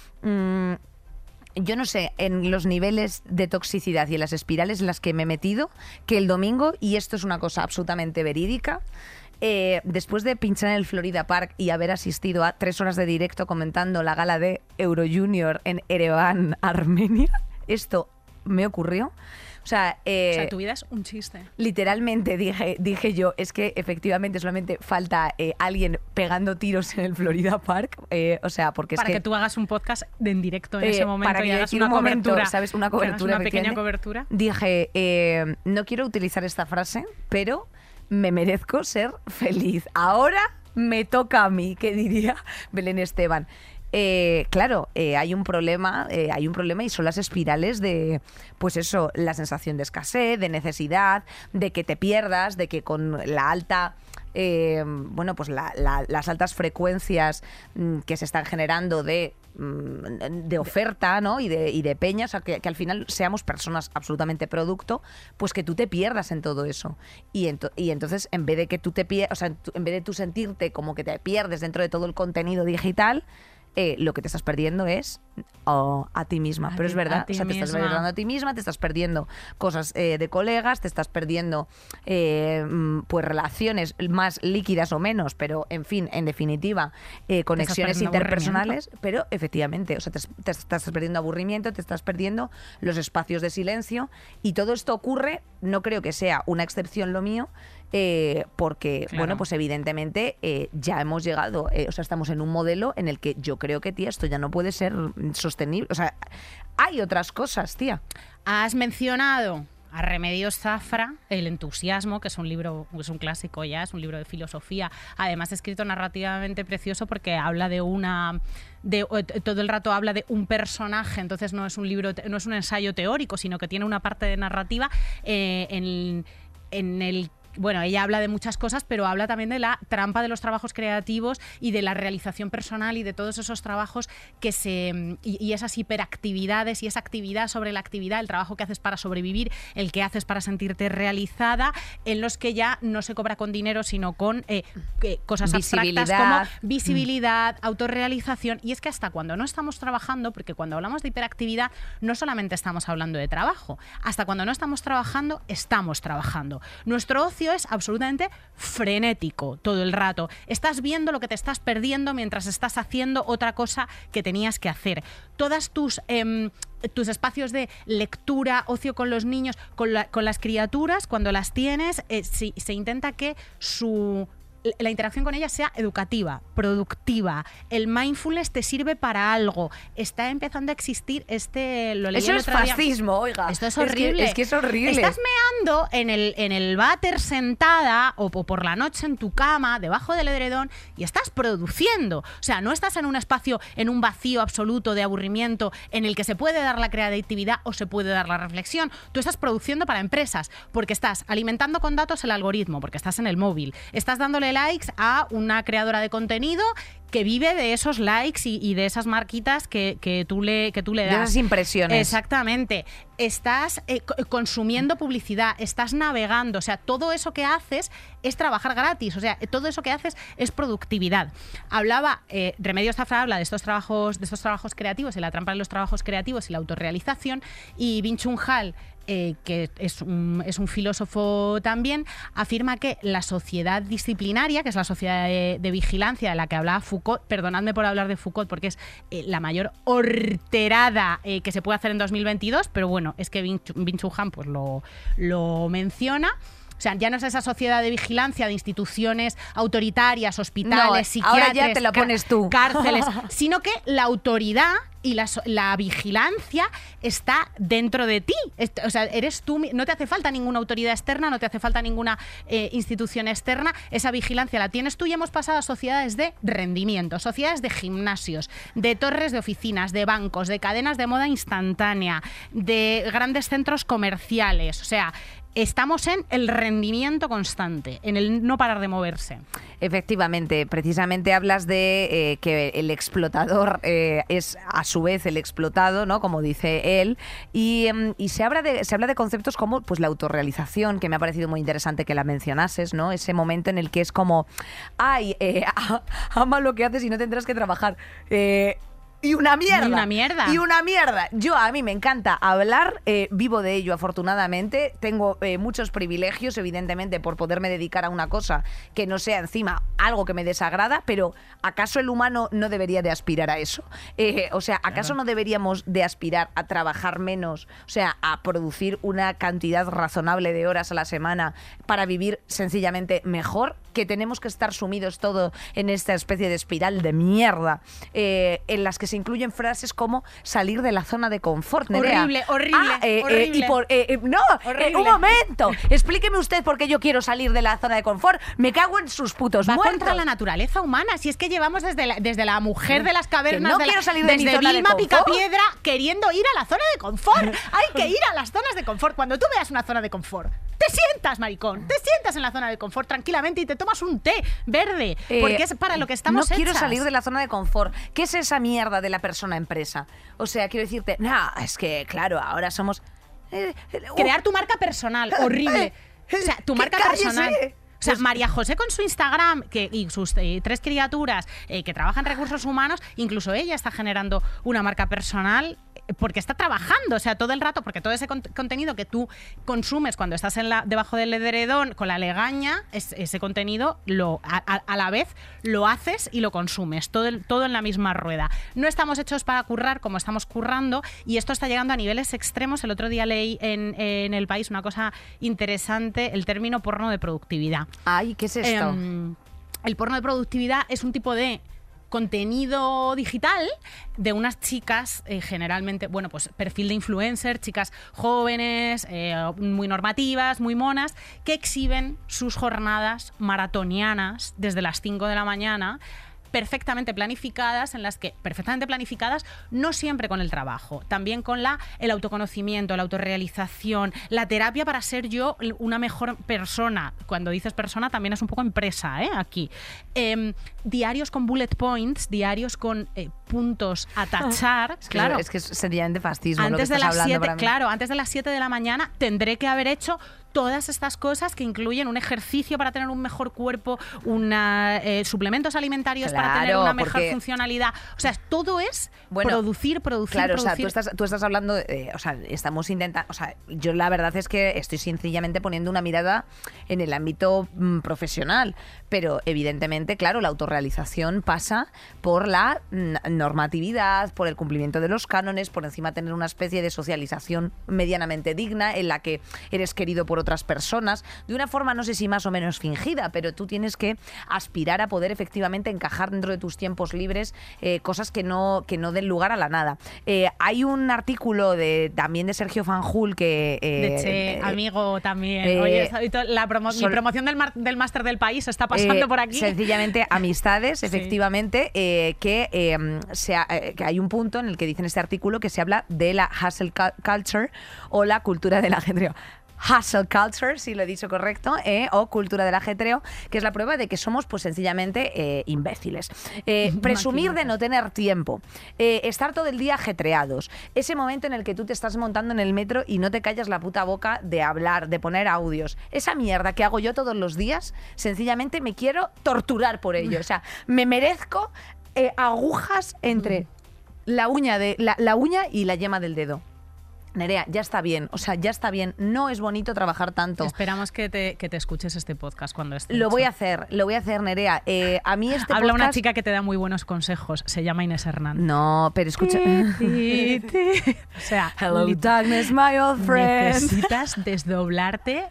Yo no sé, en los niveles de toxicidad y en las espirales en las que me he metido, que el domingo, y esto es una cosa absolutamente verídica, después de pinchar en el Florida Park y haber asistido a 3 horas de directo comentando la gala de Euro Junior en Ereván, Armenia, esto me ocurrió. O sea, tu vida es un chiste. Literalmente dije yo, es que efectivamente solamente falta alguien pegando tiros en el Florida Park. O sea, porque para es que tú hagas un podcast en directo en ese momento, para y que hagas decir una un momento, cobertura. ¿sabes? Una cobertura, Una pequeña efectivamente. cobertura. Dije, no quiero utilizar esta frase, pero me merezco ser feliz. Ahora me toca a mí, que diría Belén Esteban. Claro, hay un problema y son las espirales de, pues eso, la sensación de escasez, de necesidad, de que te pierdas, de que con la alta, bueno, pues las altas frecuencias que se están generando de oferta, ¿no? y de peña, o sea, que al final seamos personas absolutamente producto, pues que tú te pierdas en todo eso. Y entonces, en vez de que tú te pierdas, o sea, en vez de tú sentirte como que te pierdes dentro de todo el contenido digital, lo que te estás perdiendo es a ti misma. Pero es verdad, o sea, te estás perdiendo a ti misma, te estás perdiendo cosas de colegas, te estás perdiendo pues relaciones más líquidas o menos, pero en fin, en definitiva, conexiones interpersonales, pero efectivamente, o sea, te estás perdiendo aburrimiento, te estás perdiendo los espacios de silencio, y todo esto ocurre, no creo que sea una excepción lo mío, porque, claro, bueno, pues evidentemente ya hemos llegado, o sea, estamos en un modelo en el que yo creo que, tía, esto ya no puede ser sostenible. O sea, hay otras cosas, tía. Has mencionado a Remedios Zafra, El entusiasmo, que es un libro, es un clásico ya, es un libro de filosofía, además escrito narrativamente precioso porque habla todo el rato habla de un personaje, entonces no es un libro, no es un ensayo teórico, sino que tiene una parte de narrativa en el. Bueno, ella habla de muchas cosas, pero habla también de la trampa de los trabajos creativos y de la realización personal y de todos esos trabajos y esas hiperactividades y esa actividad sobre la actividad, el trabajo que haces para sobrevivir, el que haces para sentirte realizada, en los que ya no se cobra con dinero, sino con cosas abstractas como visibilidad, autorrealización. Y es que hasta cuando no estamos trabajando, porque cuando hablamos de hiperactividad no solamente estamos hablando de trabajo, hasta cuando no estamos trabajando, estamos trabajando. Nuestro ocio espacio es absolutamente frenético todo el rato. Estás viendo lo que te estás perdiendo mientras estás haciendo otra cosa que tenías que hacer. Todas tus espacios de lectura, ocio con los niños, con las criaturas, cuando las tienes, se intenta que la interacción con ellas sea educativa, productiva. El mindfulness te sirve para algo. Está empezando a existir lo leí Eso el es otro día. fascismo, oiga. Esto es horrible. Es que es horrible. Estás meando en el váter sentada o por la noche en tu cama, debajo del edredón, y estás produciendo. O sea, no estás en un espacio, en un vacío absoluto de aburrimiento en el que se puede dar la creatividad o se puede dar la reflexión. Tú estás produciendo para empresas porque estás alimentando con datos el algoritmo, porque estás en el móvil. Estás dándole likes a una creadora de contenido que vive de esos likes y de esas marquitas que tú le das. De esas impresiones. Exactamente. Estás consumiendo publicidad, estás navegando, o sea, todo eso que haces es trabajar gratis, o sea, todo eso que haces es productividad. Remedios Zafra habla de estos trabajos creativos y la trampa de los trabajos creativos y la autorrealización, y Byung-Chul Han, que es un filósofo también, afirma que la sociedad disciplinaria, que es la sociedad de vigilancia de la que hablaba Foucault, perdonadme por hablar de Foucault porque es la mayor horterada que se puede hacer en 2022, pero bueno, es que Byung-Chul Han pues lo menciona. O sea, ya no es esa sociedad de vigilancia de instituciones autoritarias, hospitales, psiquiátricos, ahora ya te la pones tú. Cárceles, sino que la autoridad y la vigilancia está dentro de ti. O sea, eres tú, no te hace falta ninguna autoridad externa, no te hace falta ninguna institución externa. Esa vigilancia la tienes tú, y hemos pasado a sociedades de rendimiento, sociedades de gimnasios, de torres de oficinas, de bancos, de cadenas de moda instantánea, de grandes centros comerciales. O sea, estamos en el rendimiento constante, en el no parar de moverse. Efectivamente, precisamente hablas de que el explotador es a su vez el explotado, ¿no? Como dice él, y se habla de conceptos como pues la autorrealización, que me ha parecido muy interesante que la mencionases, ¿no? Ese momento en el que es como, ama lo que haces y no tendrás que trabajar. Y una mierda. Y una mierda. A mí me encanta hablar, vivo de ello afortunadamente, tengo muchos privilegios, evidentemente, por poderme dedicar a una cosa que no sea encima algo que me desagrada, pero ¿acaso el humano no debería de aspirar a eso? O sea, ¿acaso no deberíamos de aspirar a trabajar menos? O sea, a producir una cantidad razonable de horas a la semana para vivir sencillamente mejor, que tenemos que estar sumidos todo en esta especie de espiral de mierda, en las que se incluyen frases como salir de la zona de confort. Nerea. Horrible. Horrible. Un momento, explíqueme usted por qué yo quiero salir de la zona de confort. Me cago en sus putos muertos. Contra la naturaleza humana. Si es que llevamos desde la mujer de las cavernas, quiero salir de mi zona de Vilma confort. Picapiedra, queriendo ir a la zona de confort. Hay que ir a las zonas de confort. Cuando tú veas una zona de confort, te sientas, maricón, te sientas en la zona de confort tranquilamente y te tomas un té verde, porque es para lo que estamos hechas. No quiero salir de la zona de confort. ¿Qué es esa mierda de la persona empresa? O sea, quiero decirte, es que claro, ahora somos... Crear tu marca personal, horrible. O sea, tu marca personal. O sea, María José con su Instagram y sus 3 criaturas que trabajan en recursos humanos, incluso ella está generando una marca personal porque está trabajando, o sea, todo el rato, porque todo ese contenido que tú consumes cuando estás debajo del edredón con la legaña, ese contenido a la vez lo haces y lo consumes, todo en la misma rueda. No estamos hechos para currar como estamos currando, y esto está llegando a niveles extremos. El otro día leí en El País una cosa interesante, el término porno de productividad. Ay, ¿qué es esto? El porno de productividad es un tipo de contenido digital de unas chicas, generalmente, bueno, pues perfil de influencer, chicas jóvenes, muy normativas, muy monas, que exhiben sus jornadas maratonianas desde las 5 de la mañana, perfectamente planificadas, no siempre con el trabajo, también con el autoconocimiento, la autorrealización, la terapia para ser yo una mejor persona. Cuando dices persona también es un poco empresa, aquí. Diarios con bullet points, diarios con puntos a tachar. Claro, es que es sencillamente fascismo. Antes lo que de estás las hablando 7, para mí. claro, antes de las 7 de la mañana tendré que haber hecho todas estas cosas que incluyen un ejercicio para tener un mejor cuerpo, suplementos alimentarios para tener una mejor funcionalidad. O sea, todo es producir. Claro, o sea, tú estás hablando, o sea, estamos intentando, o sea, yo la verdad es que estoy sencillamente poniendo una mirada en el ámbito profesional, pero evidentemente, claro, la autorrealización pasa por la normatividad, por el cumplimiento de los cánones, por encima tener una especie de socialización medianamente digna en la que eres querido por otras personas, de una forma no sé si más o menos fingida, pero tú tienes que aspirar a poder efectivamente encajar dentro de tus tiempos libres cosas que no den lugar a la nada. Hay un artículo también de Sergio Fanjul que... amigo también. Oye, mi promoción del máster del país está pasando por aquí. Sencillamente amistades, efectivamente, que hay un punto en el que dice en este artículo que se habla de la hustle culture o la cultura del ajetreo. Hustle culture, si lo he dicho correcto, o cultura del ajetreo, que es la prueba de que somos pues sencillamente imbéciles. Presumir de no tener tiempo, estar todo el día ajetreados, ese momento en el que tú te estás montando en el metro y no te callas la puta boca de hablar, de poner audios, esa mierda que hago yo todos los días, sencillamente me quiero torturar por ello. O sea, me merezco agujas entre la uña y la yema del dedo. Nerea, ya está bien, o sea, ya está bien, no es bonito trabajar tanto. Esperamos que te escuches este podcast cuando esté Lo voy a hacer, Nerea. A mí este Habla podcast... una chica que te da muy buenos consejos, se llama Inés Hernández. No, pero escucha... O sea, hello darkness, my old friend. Necesitas desdoblarte,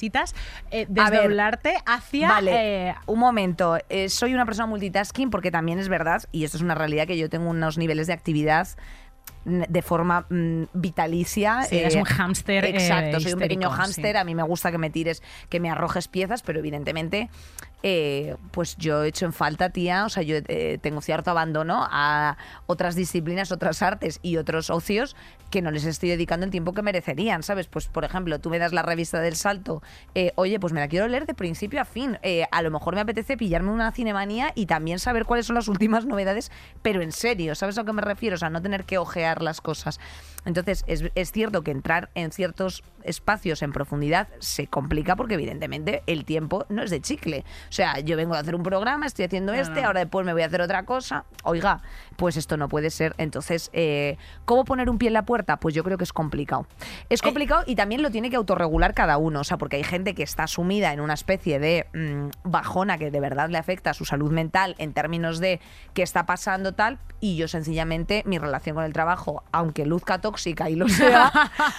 hacia... Vale, un momento, soy una persona multitasking porque también es verdad, y esto es una realidad, que yo tengo unos niveles de actividad de forma vitalicia. Sí, eres un hámster. Exacto, soy un pequeño hámster. Sí. A mí me gusta que me tires, que me arrojes piezas, pero evidentemente pues yo he hecho en falta, tía, o sea, yo tengo cierto abandono a otras disciplinas, otras artes y otros ocios que no les estoy dedicando el tiempo que merecerían, ¿sabes? Pues, por ejemplo, tú me das la revista del Salto, oye, pues me la quiero leer de principio a fin. A lo mejor me apetece pillarme una Cinemanía y también saber cuáles son las últimas novedades, pero en serio, ¿sabes a lo que me refiero? O sea, no tener que ojear las cosas. Entonces, es cierto que entrar en ciertos espacios en profundidad se complica porque evidentemente el tiempo no es de chicle. O sea, yo vengo a hacer un programa, estoy haciendo ahora después me voy a hacer otra cosa. Oiga, pues esto no puede ser. Entonces, ¿cómo poner un pie en la puerta? Pues yo creo que es complicado. Es complicado y también lo tiene que autorregular cada uno. O sea, porque hay gente que está sumida en una especie de bajona que de verdad le afecta a su salud mental en términos de qué está pasando tal, y yo sencillamente mi relación con el trabajo, aunque luzca tóxica y lo sea,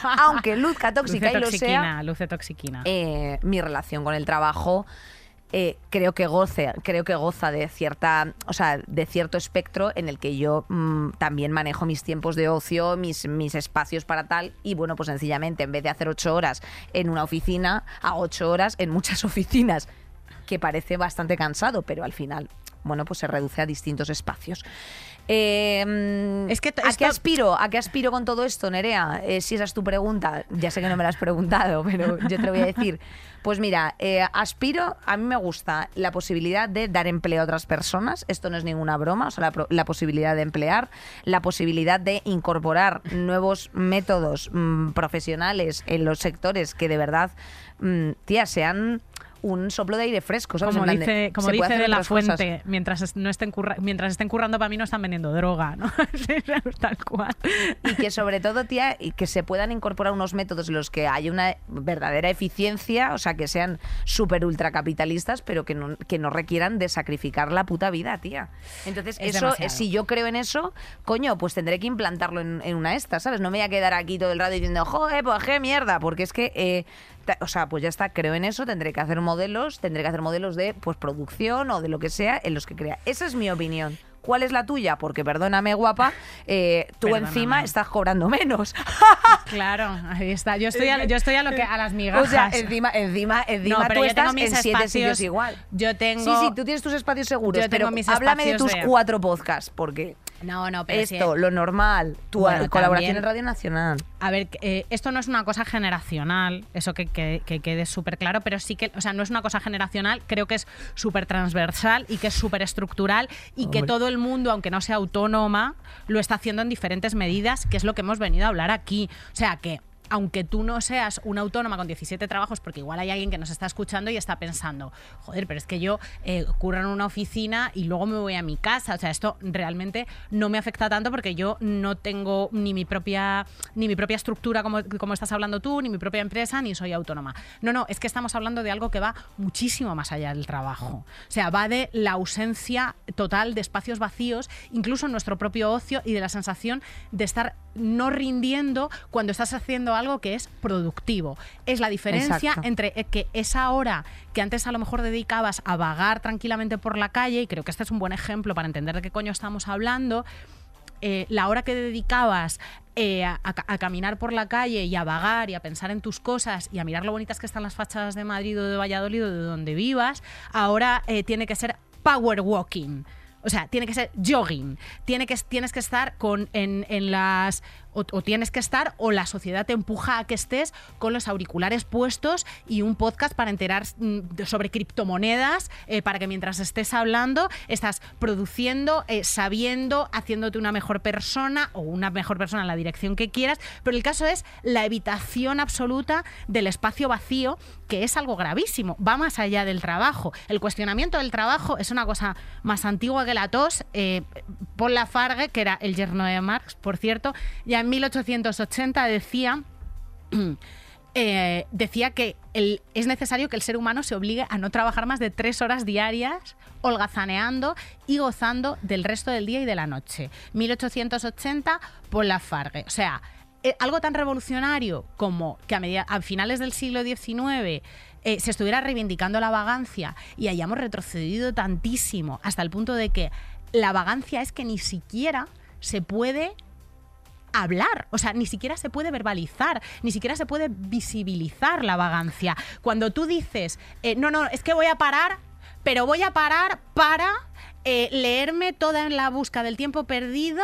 luce toxiquina. Mi relación con el trabajo creo que goza de cierta, o sea, de cierto espectro en el que yo también manejo mis tiempos de ocio, mis espacios para tal, y bueno, pues sencillamente en vez de hacer 8 horas en una oficina, hago 8 horas en muchas oficinas, que parece bastante cansado, pero al final, bueno, pues se reduce a distintos espacios. Es que ¿A qué aspiro con todo esto, Nerea? Si esa es tu pregunta, ya sé que no me la has preguntado, pero yo te lo voy a decir. Pues mira, a mí me gusta la posibilidad de dar empleo a otras personas, esto no es ninguna broma, o sea, la posibilidad de emplear, la posibilidad de incorporar nuevos métodos profesionales en los sectores que de verdad, tía, sean un soplo de aire fresco, ¿sabes? Como dice De La Fuente, mientras estén currando para mí no están vendiendo droga, ¿no? Tal cual. Y que sobre todo, tía, y que se puedan incorporar unos métodos en los que haya una verdadera eficiencia, o sea, que sean súper ultracapitalistas, pero que no requieran de sacrificar la puta vida, tía. Entonces, es eso, demasiado. si yo creo en eso, coño, pues tendré que implantarlo en una esta, ¿sabes? No me voy a quedar aquí todo el rato diciendo, joder, pues qué mierda, porque es que o sea, pues ya está, creo en eso, tendré que hacer modelos de pues producción o de lo que sea en los que crea. Esa es mi opinión. ¿Cuál es la tuya? Porque, perdóname, guapa, tú encima estás cobrando menos. Claro, ahí está. Yo estoy a las migajas. O sea, encima no, tú estás en 7 sitios igual. Sí, tú tienes tus espacios seguros, pero háblame de tus 4 podcasts, porque pero esto, lo normal, tu colaboración en Radio Nacional. A ver, esto no es una cosa generacional, eso que quede súper claro, pero sí que, o sea, no es una cosa generacional, creo que es súper transversal y que es súper estructural y que todo el mundo, aunque no sea autónoma, lo está haciendo en diferentes medidas, que es lo que hemos venido a hablar aquí. O sea, que aunque tú no seas una autónoma con 17 trabajos, porque igual hay alguien que nos está escuchando y está pensando, joder, pero es que yo curro en una oficina y luego me voy a mi casa. O sea, esto realmente no me afecta tanto porque yo no tengo ni mi propia estructura como estás hablando tú, ni mi propia empresa, ni soy autónoma. No, es que estamos hablando de algo que va muchísimo más allá del trabajo. O sea, va de la ausencia total de espacios vacíos, incluso en nuestro propio ocio, y de la sensación de estar no rindiendo cuando estás haciendo algo que es productivo. Es la diferencia entre que esa hora que antes a lo mejor dedicabas a vagar tranquilamente por la calle, y creo que este es un buen ejemplo para entender de qué coño estamos hablando, la hora que dedicabas a caminar por la calle y a vagar y a pensar en tus cosas y a mirar lo bonitas que están las fachadas de Madrid o de Valladolid o de donde vivas, ahora tiene que ser power walking. O sea, tiene que ser jogging, tienes que estar en las... O tienes que estar, o la sociedad te empuja a que estés con los auriculares puestos y un podcast para enterar sobre criptomonedas, para que mientras estés hablando estás produciendo, sabiendo, haciéndote una mejor persona o una mejor persona en la dirección que quieras. Pero el caso es la evitación absoluta del espacio vacío, que es algo gravísimo, va más allá del trabajo. El cuestionamiento del trabajo es una cosa más antigua que la tos. Paul Lafargue, que era el yerno de Marx, por cierto, ya en 1880 decía que es necesario que el ser humano se obligue a no trabajar más de 3 horas diarias, holgazaneando y gozando del resto del día y de la noche. 1880, Paul Lafargue. O sea, algo tan revolucionario como que a finales del siglo XIX se estuviera reivindicando la vagancia y hayamos retrocedido tantísimo hasta el punto de que la vagancia es que ni siquiera se puede hablar, o sea, ni siquiera se puede verbalizar, ni siquiera se puede visibilizar la vagancia. Cuando tú dices, no, es que voy a parar, pero voy a parar para leerme toda En la busca del tiempo perdido,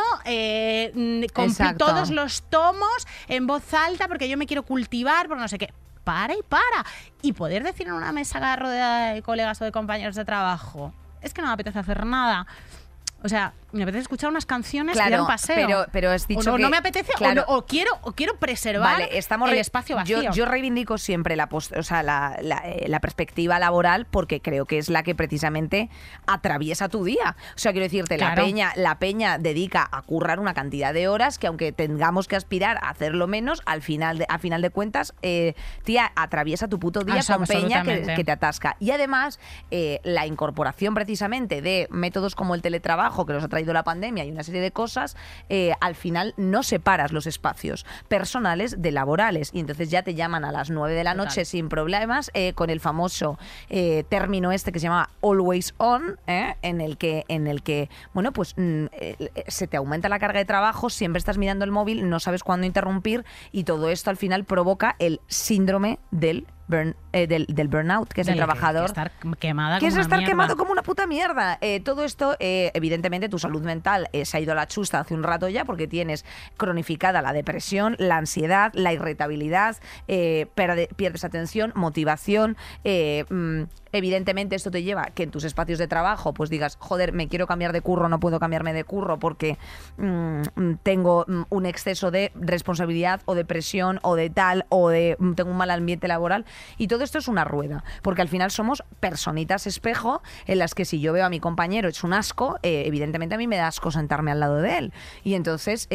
todos los tomos en voz alta porque yo me quiero cultivar, porque no sé qué. Para. Y poder decir en una mesa rodeada de colegas o de compañeros de trabajo, es que no me apetece hacer nada. O sea, me apetece escuchar unas canciones y dar un paseo. Pero has dicho o que... no me apetece, claro, o quiero preservar el espacio vacío. Yo reivindico siempre la perspectiva laboral porque creo que es la que precisamente atraviesa tu día. O sea, quiero decirte, claro, la peña dedica a currar una cantidad de horas que, aunque tengamos que aspirar a hacerlo menos, a final de cuentas, tía, atraviesa tu puto día con peña que te atasca. Y además, la incorporación precisamente de métodos como el teletrabajo, que nos ha traído la pandemia y una serie de cosas, al final no separas los espacios personales de laborales, y entonces ya te llaman a las 9 de la noche sin problemas, con el famoso término este que se llama always on, en el que bueno, pues se te aumenta la carga de trabajo, siempre estás mirando el móvil, no sabes cuándo interrumpir, y todo esto al final provoca el síndrome del burnout, que es el trabajador. Que estar quemada que como es una estar mierda. quemado como una puta mierda. Todo esto, evidentemente, tu salud mental se ha ido a la chusta hace un rato ya, porque tienes cronificada la depresión, la ansiedad, la irritabilidad, pierdes atención, motivación. Evidentemente, esto te lleva que en tus espacios de trabajo pues digas, joder, me quiero cambiar de curro, no puedo cambiarme de curro porque tengo un exceso de responsabilidad o de presión o de tal, o tengo un mal ambiente laboral. Y todo esto es una rueda, porque al final somos personitas espejo en las que si yo veo a mi compañero hecho un asco, evidentemente a mí me da asco sentarme al lado de él. Y entonces,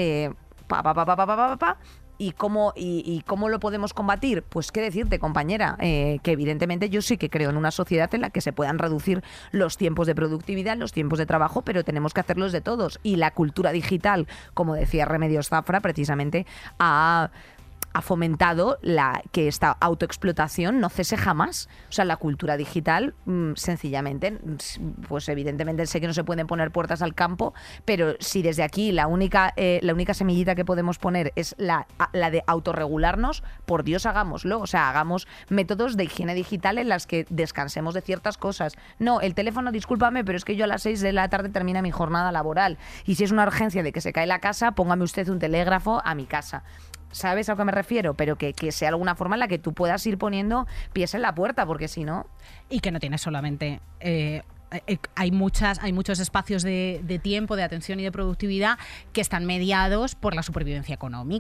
¿Y cómo lo podemos combatir? Pues qué decirte, compañera, que evidentemente yo sí que creo en una sociedad en la que se puedan reducir los tiempos de productividad, los tiempos de trabajo, pero tenemos que hacerlos de todos. Y la cultura digital, como decía Remedios Zafra, precisamente ha fomentado que esta autoexplotación no cese jamás. O sea, la cultura digital, sencillamente, pues evidentemente sé que no se pueden poner puertas al campo, pero si desde aquí la única semillita que podemos poner es la de autorregularnos, por Dios, hagámoslo. O sea, hagamos métodos de higiene digital en las que descansemos de ciertas cosas. No, el teléfono, discúlpame, pero es que yo a las 6 de la tarde termina mi jornada laboral. Y si es una urgencia de que se cae la casa, póngame usted un telégrafo a mi casa. ¿Sabes a lo que me refiero? Pero que sea alguna forma en la que tú puedas ir poniendo pies en la puerta, porque si no... Y que no tienes solamente... hay muchos espacios de tiempo, de atención y de productividad que están mediados por la supervivencia económica.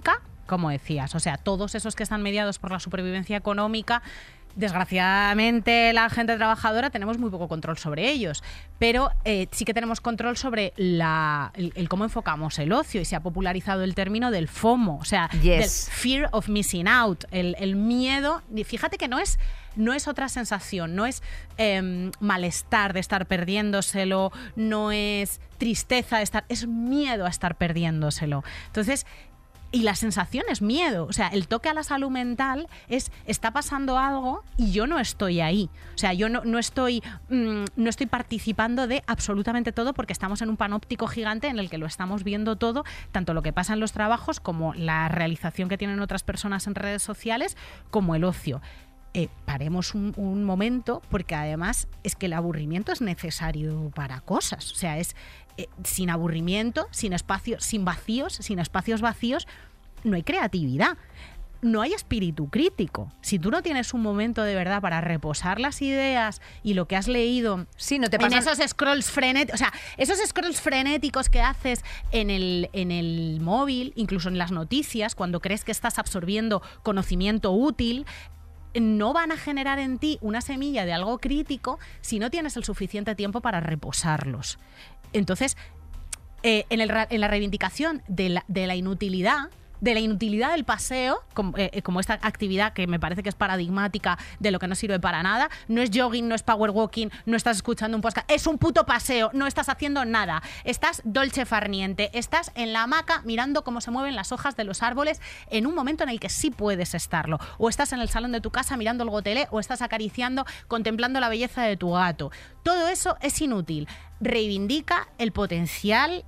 como decías. O sea, todos esos que están mediados por la supervivencia económica, desgraciadamente la gente trabajadora tenemos muy poco control sobre ellos, pero sí que tenemos control sobre el cómo enfocamos el ocio, y se ha popularizado el término del FOMO, o sea, del fear of missing out, el miedo. Fíjate que no es otra sensación, no es malestar de estar perdiéndoselo, no es tristeza de estar, es miedo a estar perdiéndoselo. Entonces, y la sensación es miedo, o sea, el toque a la salud mental es, está pasando algo y yo no estoy ahí. O sea, yo no estoy participando de absolutamente todo, porque estamos en un panóptico gigante en el que lo estamos viendo todo, tanto lo que pasa en los trabajos como la realización que tienen otras personas en redes sociales, como el ocio. Paremos un momento, porque además es que el aburrimiento es necesario para cosas. O sea, es sin aburrimiento, sin espacios vacíos, no hay creatividad, no hay espíritu crítico. Si tú no tienes un momento de verdad para reposar las ideas y lo que has leído, sí, no te pasan... en esos scrolls frenéticos, o sea, esos scrolls frenéticos que haces en el móvil, incluso en las noticias, cuando crees que estás absorbiendo conocimiento útil, no van a generar en ti una semilla de algo crítico si no tienes el suficiente tiempo para reposarlos. Entonces, en la reivindicación de la inutilidad del paseo, como esta actividad que me parece que es paradigmática de lo que no sirve para nada, no es jogging, no es power walking, no estás escuchando un podcast, es un puto paseo, no estás haciendo nada, estás dolce farniente, estás en la hamaca mirando cómo se mueven las hojas de los árboles en un momento en el que sí puedes estarlo, o estás en el salón de tu casa mirando el gotelé, o estás acariciando, contemplando la belleza de tu gato. Todo eso es inútil. Reivindica el potencial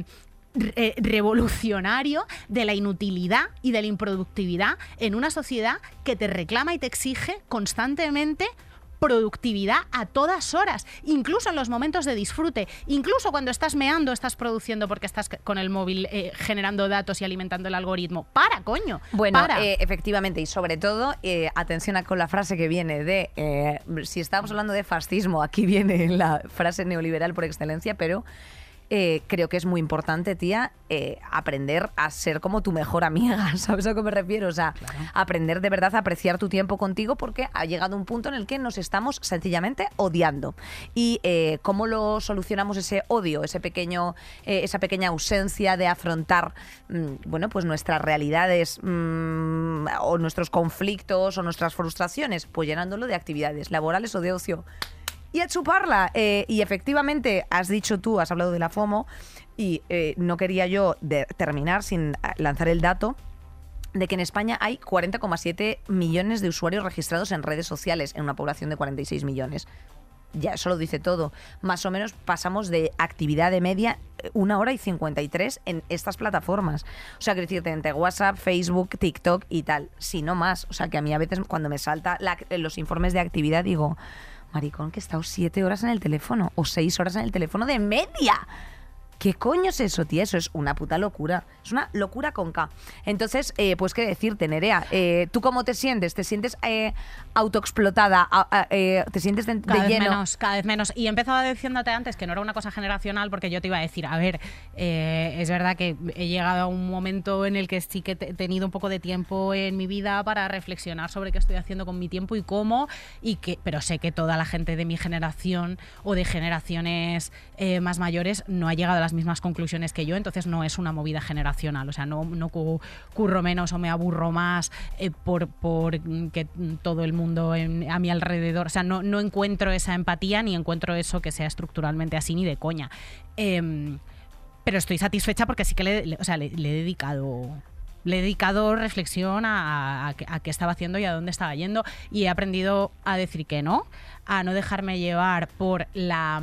revolucionario de la inutilidad y de la improductividad en una sociedad que te reclama y te exige constantemente productividad a todas horas, incluso en los momentos de disfrute, incluso cuando estás meando, estás produciendo porque estás con el móvil generando datos y alimentando el algoritmo. ¡Para, coño! Bueno, para. Efectivamente, y sobre todo, atención con la frase que viene de, si estamos hablando de fascismo, aquí viene la frase neoliberal por excelencia, pero creo que es muy importante, tía, aprender a ser como tu mejor amiga, ¿sabes a qué me refiero? O sea, claro, aprender de verdad a apreciar tu tiempo contigo, porque ha llegado un punto en el que nos estamos sencillamente odiando. Y cómo lo solucionamos ese odio, esa pequeña ausencia de afrontar, bueno, pues nuestras realidades o nuestros conflictos o nuestras frustraciones, pues llenándolo de actividades laborales o de ocio. Y a chuparla. Y efectivamente, has hablado de la FOMO, y no quería yo terminar sin lanzar el dato de que en España hay 40,7 millones de usuarios registrados en redes sociales, en una población de 46 millones. Ya, eso lo dice todo. Más o menos pasamos de actividad de media 1 hora y 53 en estas plataformas. O sea, que decirte, entre WhatsApp, Facebook, TikTok y tal, si no más. O sea, que a mí a veces cuando me salta los informes de actividad digo... Maricón, que he estado 7 horas en el teléfono o 6 horas en el teléfono de media. ¿Qué coño es eso, tía? Eso es una puta locura. Es una locura con K. Entonces, pues qué decirte, Nerea. ¿Tú cómo te sientes? ¿Te sientes autoexplotada? ¿Te sientes de lleno? Cada vez menos. Y empezaba diciéndote antes que no era una cosa generacional, porque yo te iba a decir, a ver, es verdad que he llegado a un momento en el que sí que he tenido un poco de tiempo en mi vida para reflexionar sobre qué estoy haciendo con mi tiempo y cómo, pero sé que toda la gente de mi generación o de generaciones más mayores no ha llegado a las mismas conclusiones que yo, entonces no es una movida generacional, o sea, no curro menos o me aburro más por que todo el mundo a mi alrededor, o sea, no encuentro esa empatía ni encuentro eso que sea estructuralmente así ni de coña. Pero estoy satisfecha porque sí que le he dedicado reflexión a qué estaba haciendo y a dónde estaba yendo, y he aprendido a decir que no, a no dejarme llevar por la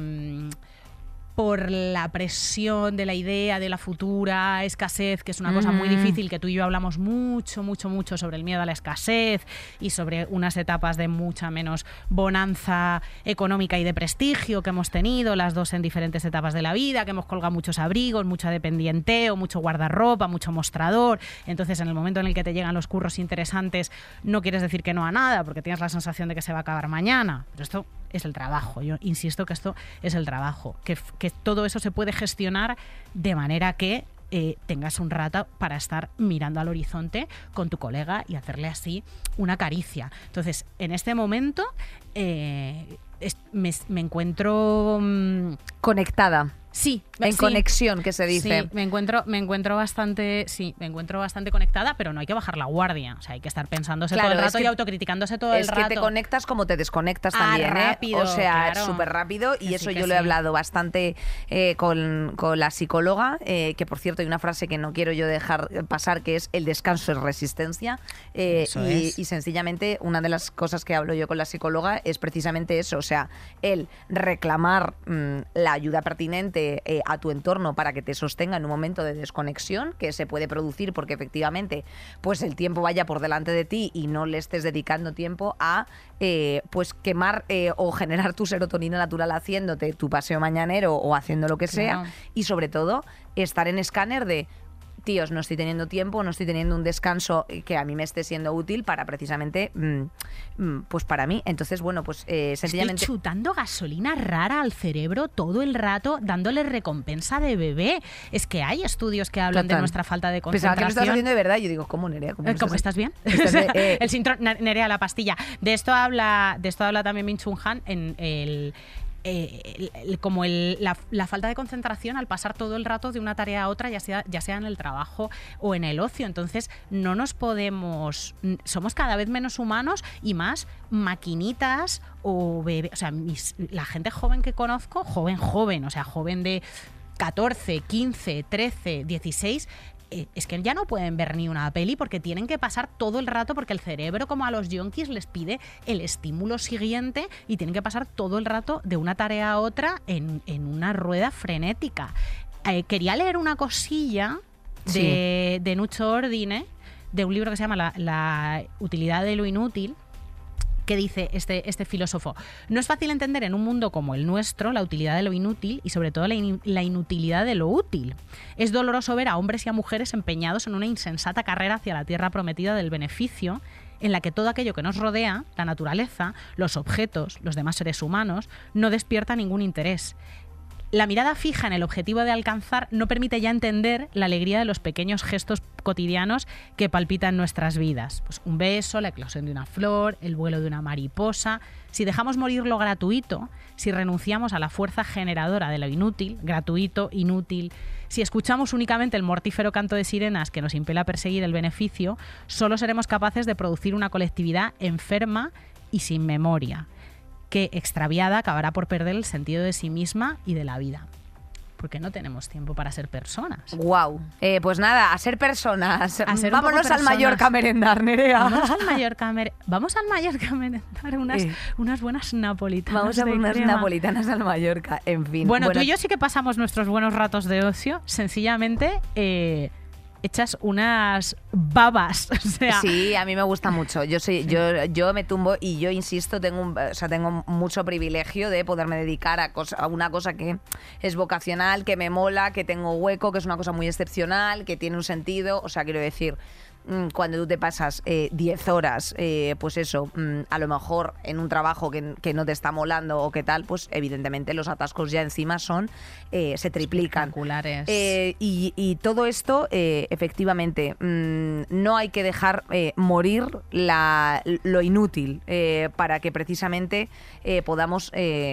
presión de la idea de la futura escasez, que es una cosa muy difícil, que tú y yo hablamos mucho sobre el miedo a la escasez y sobre unas etapas de mucha menos bonanza económica y de prestigio que hemos tenido, las dos en diferentes etapas de la vida, que hemos colgado muchos abrigos, mucho dependienteo, mucho guardarropa, mucho mostrador. Entonces, en el momento en el que te llegan los curros interesantes, no quieres decir que no a nada, porque tienes la sensación de que se va a acabar mañana. Pero esto es el trabajo. Yo insisto que esto es el trabajo, que todo eso se puede gestionar de manera que tengas un rato para estar mirando al horizonte con tu colega y hacerle así una caricia. Entonces, en este momento me encuentro conectada. Sí, en conexión, que se dice. Sí, me encuentro bastante conectada, pero no hay que bajar la guardia. O sea, hay que estar pensándose todo el rato y autocriticándose todo el rato. Es que te conectas como te desconectas también, rápido, o sea, claro. súper rápido. Y Que eso sí, yo lo he hablado bastante con la psicóloga, que por cierto hay una frase que no quiero yo dejar pasar, que es el descanso es resistencia. Y sencillamente una de las cosas que hablo yo con la psicóloga es precisamente eso, o sea, el reclamar la ayuda pertinente a tu entorno para que te sostenga en un momento de desconexión que se puede producir porque efectivamente pues el tiempo vaya por delante de ti y no le estés dedicando tiempo a pues quemar o generar tu serotonina natural haciéndote tu paseo mañanero o haciendo lo que sea, y sobre todo estar en escáner de tíos, no estoy teniendo tiempo, no estoy teniendo un descanso que a mí me esté siendo útil para precisamente, pues para mí. Entonces, bueno, pues sencillamente... Estoy chutando gasolina rara al cerebro todo el rato, dándole recompensa de bebé. Es que hay estudios que hablan de nuestra falta de concentración. Pensaba que lo estabas haciendo de verdad. Yo digo, ¿cómo, Nerea? ¿Cómo estás bien? El síndrome Nerea, la pastilla. De esto habla también Min-Chung Han en el... la falta de concentración al pasar todo el rato de una tarea a otra, ya sea en el trabajo o en el ocio. Entonces no nos podemos, somos cada vez menos humanos y más maquinitas o bebés. O sea, la gente joven que conozco, joven, o sea, joven de 14, 15, 13, 16, es que ya no pueden ver ni una peli porque tienen que pasar todo el rato, porque el cerebro, como a los yonkis, les pide el estímulo siguiente y tienen que pasar todo el rato de una tarea a otra en una rueda frenética. Quería leer una cosilla de Nuccio Ordine, de un libro que se llama La utilidad de lo inútil, que dice este filósofo: no es fácil entender en un mundo como el nuestro la utilidad de lo inútil y sobre todo la inutilidad de lo útil. Es doloroso ver a hombres y a mujeres empeñados en una insensata carrera hacia la tierra prometida del beneficio, en la que todo aquello que nos rodea, la naturaleza, los objetos, los demás seres humanos, no despierta ningún interés. La mirada fija en el objetivo de alcanzar no permite ya entender la alegría de los pequeños gestos cotidianos que palpitan nuestras vidas. Pues un beso, la eclosión de una flor, el vuelo de una mariposa. Si dejamos morir lo gratuito, si renunciamos a la fuerza generadora de lo inútil, gratuito, inútil, si escuchamos únicamente el mortífero canto de sirenas que nos impele a perseguir el beneficio, solo seremos capaces de producir una colectividad enferma y sin memoria, que extraviada acabará por perder el sentido de sí misma y de la vida. Porque no tenemos tiempo para ser personas. Wow. Pues nada, a ser personas. Vámonos al personas. Mallorca a merendar, Nerea. Vamos al Mallorca a merendar unas buenas napolitanas. Vamos a por unas napolitanas al Mallorca, en fin. Bueno, tú y yo sí que pasamos nuestros buenos ratos de ocio, sencillamente hechas unas babas. O sea, sí, a mí me gusta mucho. Yo me tumbo y yo insisto, tengo mucho privilegio de poderme dedicar a una cosa que es vocacional, que me mola, que tengo hueco, que es una cosa muy excepcional, que tiene un sentido. O sea, quiero decir, cuando tú te pasas 10 horas, pues eso, a lo mejor en un trabajo que no te está molando o qué tal, pues evidentemente los atascos ya encima se triplican. Espectaculares. Y todo esto, efectivamente, no hay que dejar morir lo inútil para que precisamente podamos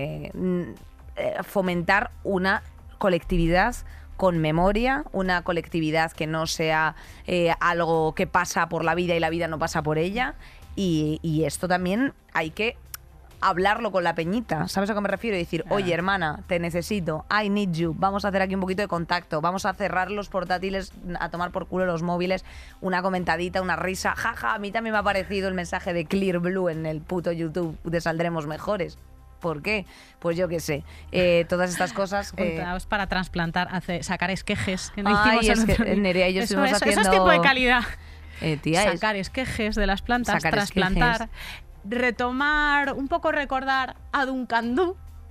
fomentar una colectividad con memoria, una colectividad que no sea algo que pasa por la vida y la vida no pasa por ella. Y esto también hay que hablarlo con la peñita. ¿Sabes a qué me refiero? Y decir, oye, hermana, te necesito, I need you, vamos a hacer aquí un poquito de contacto, vamos a cerrar los portátiles, a tomar por culo los móviles, una comentadita, una risa, jaja, a mí también me ha aparecido el mensaje de Clear Blue en el puto YouTube de Saldremos Mejores. ¿Por qué? Pues yo qué sé. Todas estas cosas... Juntaos para trasplantar, sacar esquejes. Que no ay, hicimos es que Nerea y yo estuvimos haciendo... Eso es tiempo de calidad. Tía, sacar esquejes de las plantas, trasplantar, retomar, un poco recordar a Duncan Du,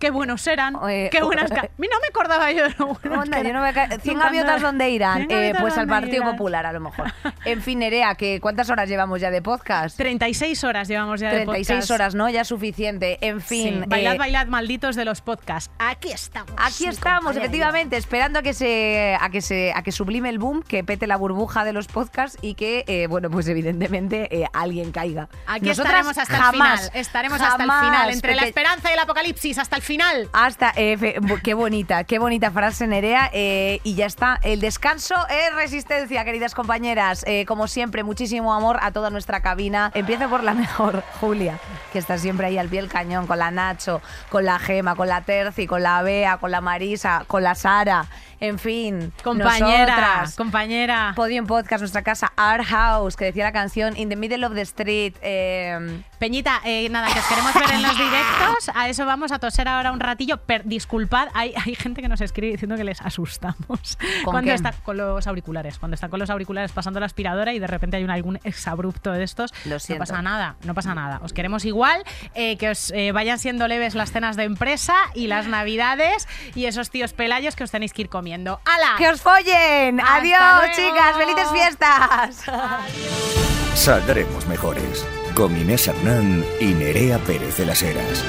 qué buenos eran, Oye, qué buenas... No me acordaba yo de lo buenos Onda, que yo no eran. me 100 gaviotas, ¿dónde irán? 100 gaviotas, Pues al ¿dónde Partido irán? Popular, a lo mejor. En fin, Nerea, ¿cuántas horas llevamos ya de podcast? 36 horas llevamos ya de 36 podcast. horas, ¿no? Ya es suficiente. En fin. Sí. Bailad, bailad, malditos de los podcasts. Aquí estamos. Aquí estamos, efectivamente, esperando a que sublime el boom, que pete la burbuja de los podcasts y que, bueno, pues evidentemente alguien caiga. Aquí Nosotras estaremos hasta jamás, el final. Estaremos hasta el jamás, final. Entre la porque- esperanza y el apocalipsis, hasta el final. Hasta, qué bonita frase, Nerea. Y ya está. El descanso es resistencia, queridas compañeras. Como siempre, muchísimo amor a toda nuestra cabina. Empiezo por la mejor, Julia, que está siempre ahí al pie del cañón, con la Nacho, con la Gema, con la Terci, con la Bea, con la Marisa, con la Sara. En fin, nosotras. Compañera. Podium Podcast, nuestra casa, Our House, que decía la canción In the Middle of the Street. Peñita, nada, que os queremos ver en los directos. A eso vamos a toser ahora un ratillo. Disculpad, hay gente que nos escribe diciendo que les asustamos. ¿Con Cuando qué? está con los auriculares. Cuando están con los auriculares pasando la aspiradora y de repente hay algún exabrupto de estos. Lo No siento. pasa nada, no pasa nada. Os queremos igual, que os vayan siendo leves las cenas de empresa y las navidades y esos tíos pelayos que os tenéis que ir comiendo. ¡Hala! ¡Que os follen! ¡Hasta ¡Adiós, luego! chicas! ¡Felices fiestas! Saldremos mejores. Con Inés Hernán y Nerea Pérez de las Heras.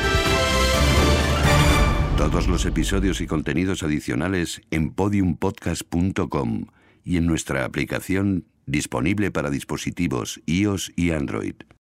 Todos los episodios y contenidos adicionales en podiumpodcast.com y en nuestra aplicación disponible para dispositivos iOS y Android.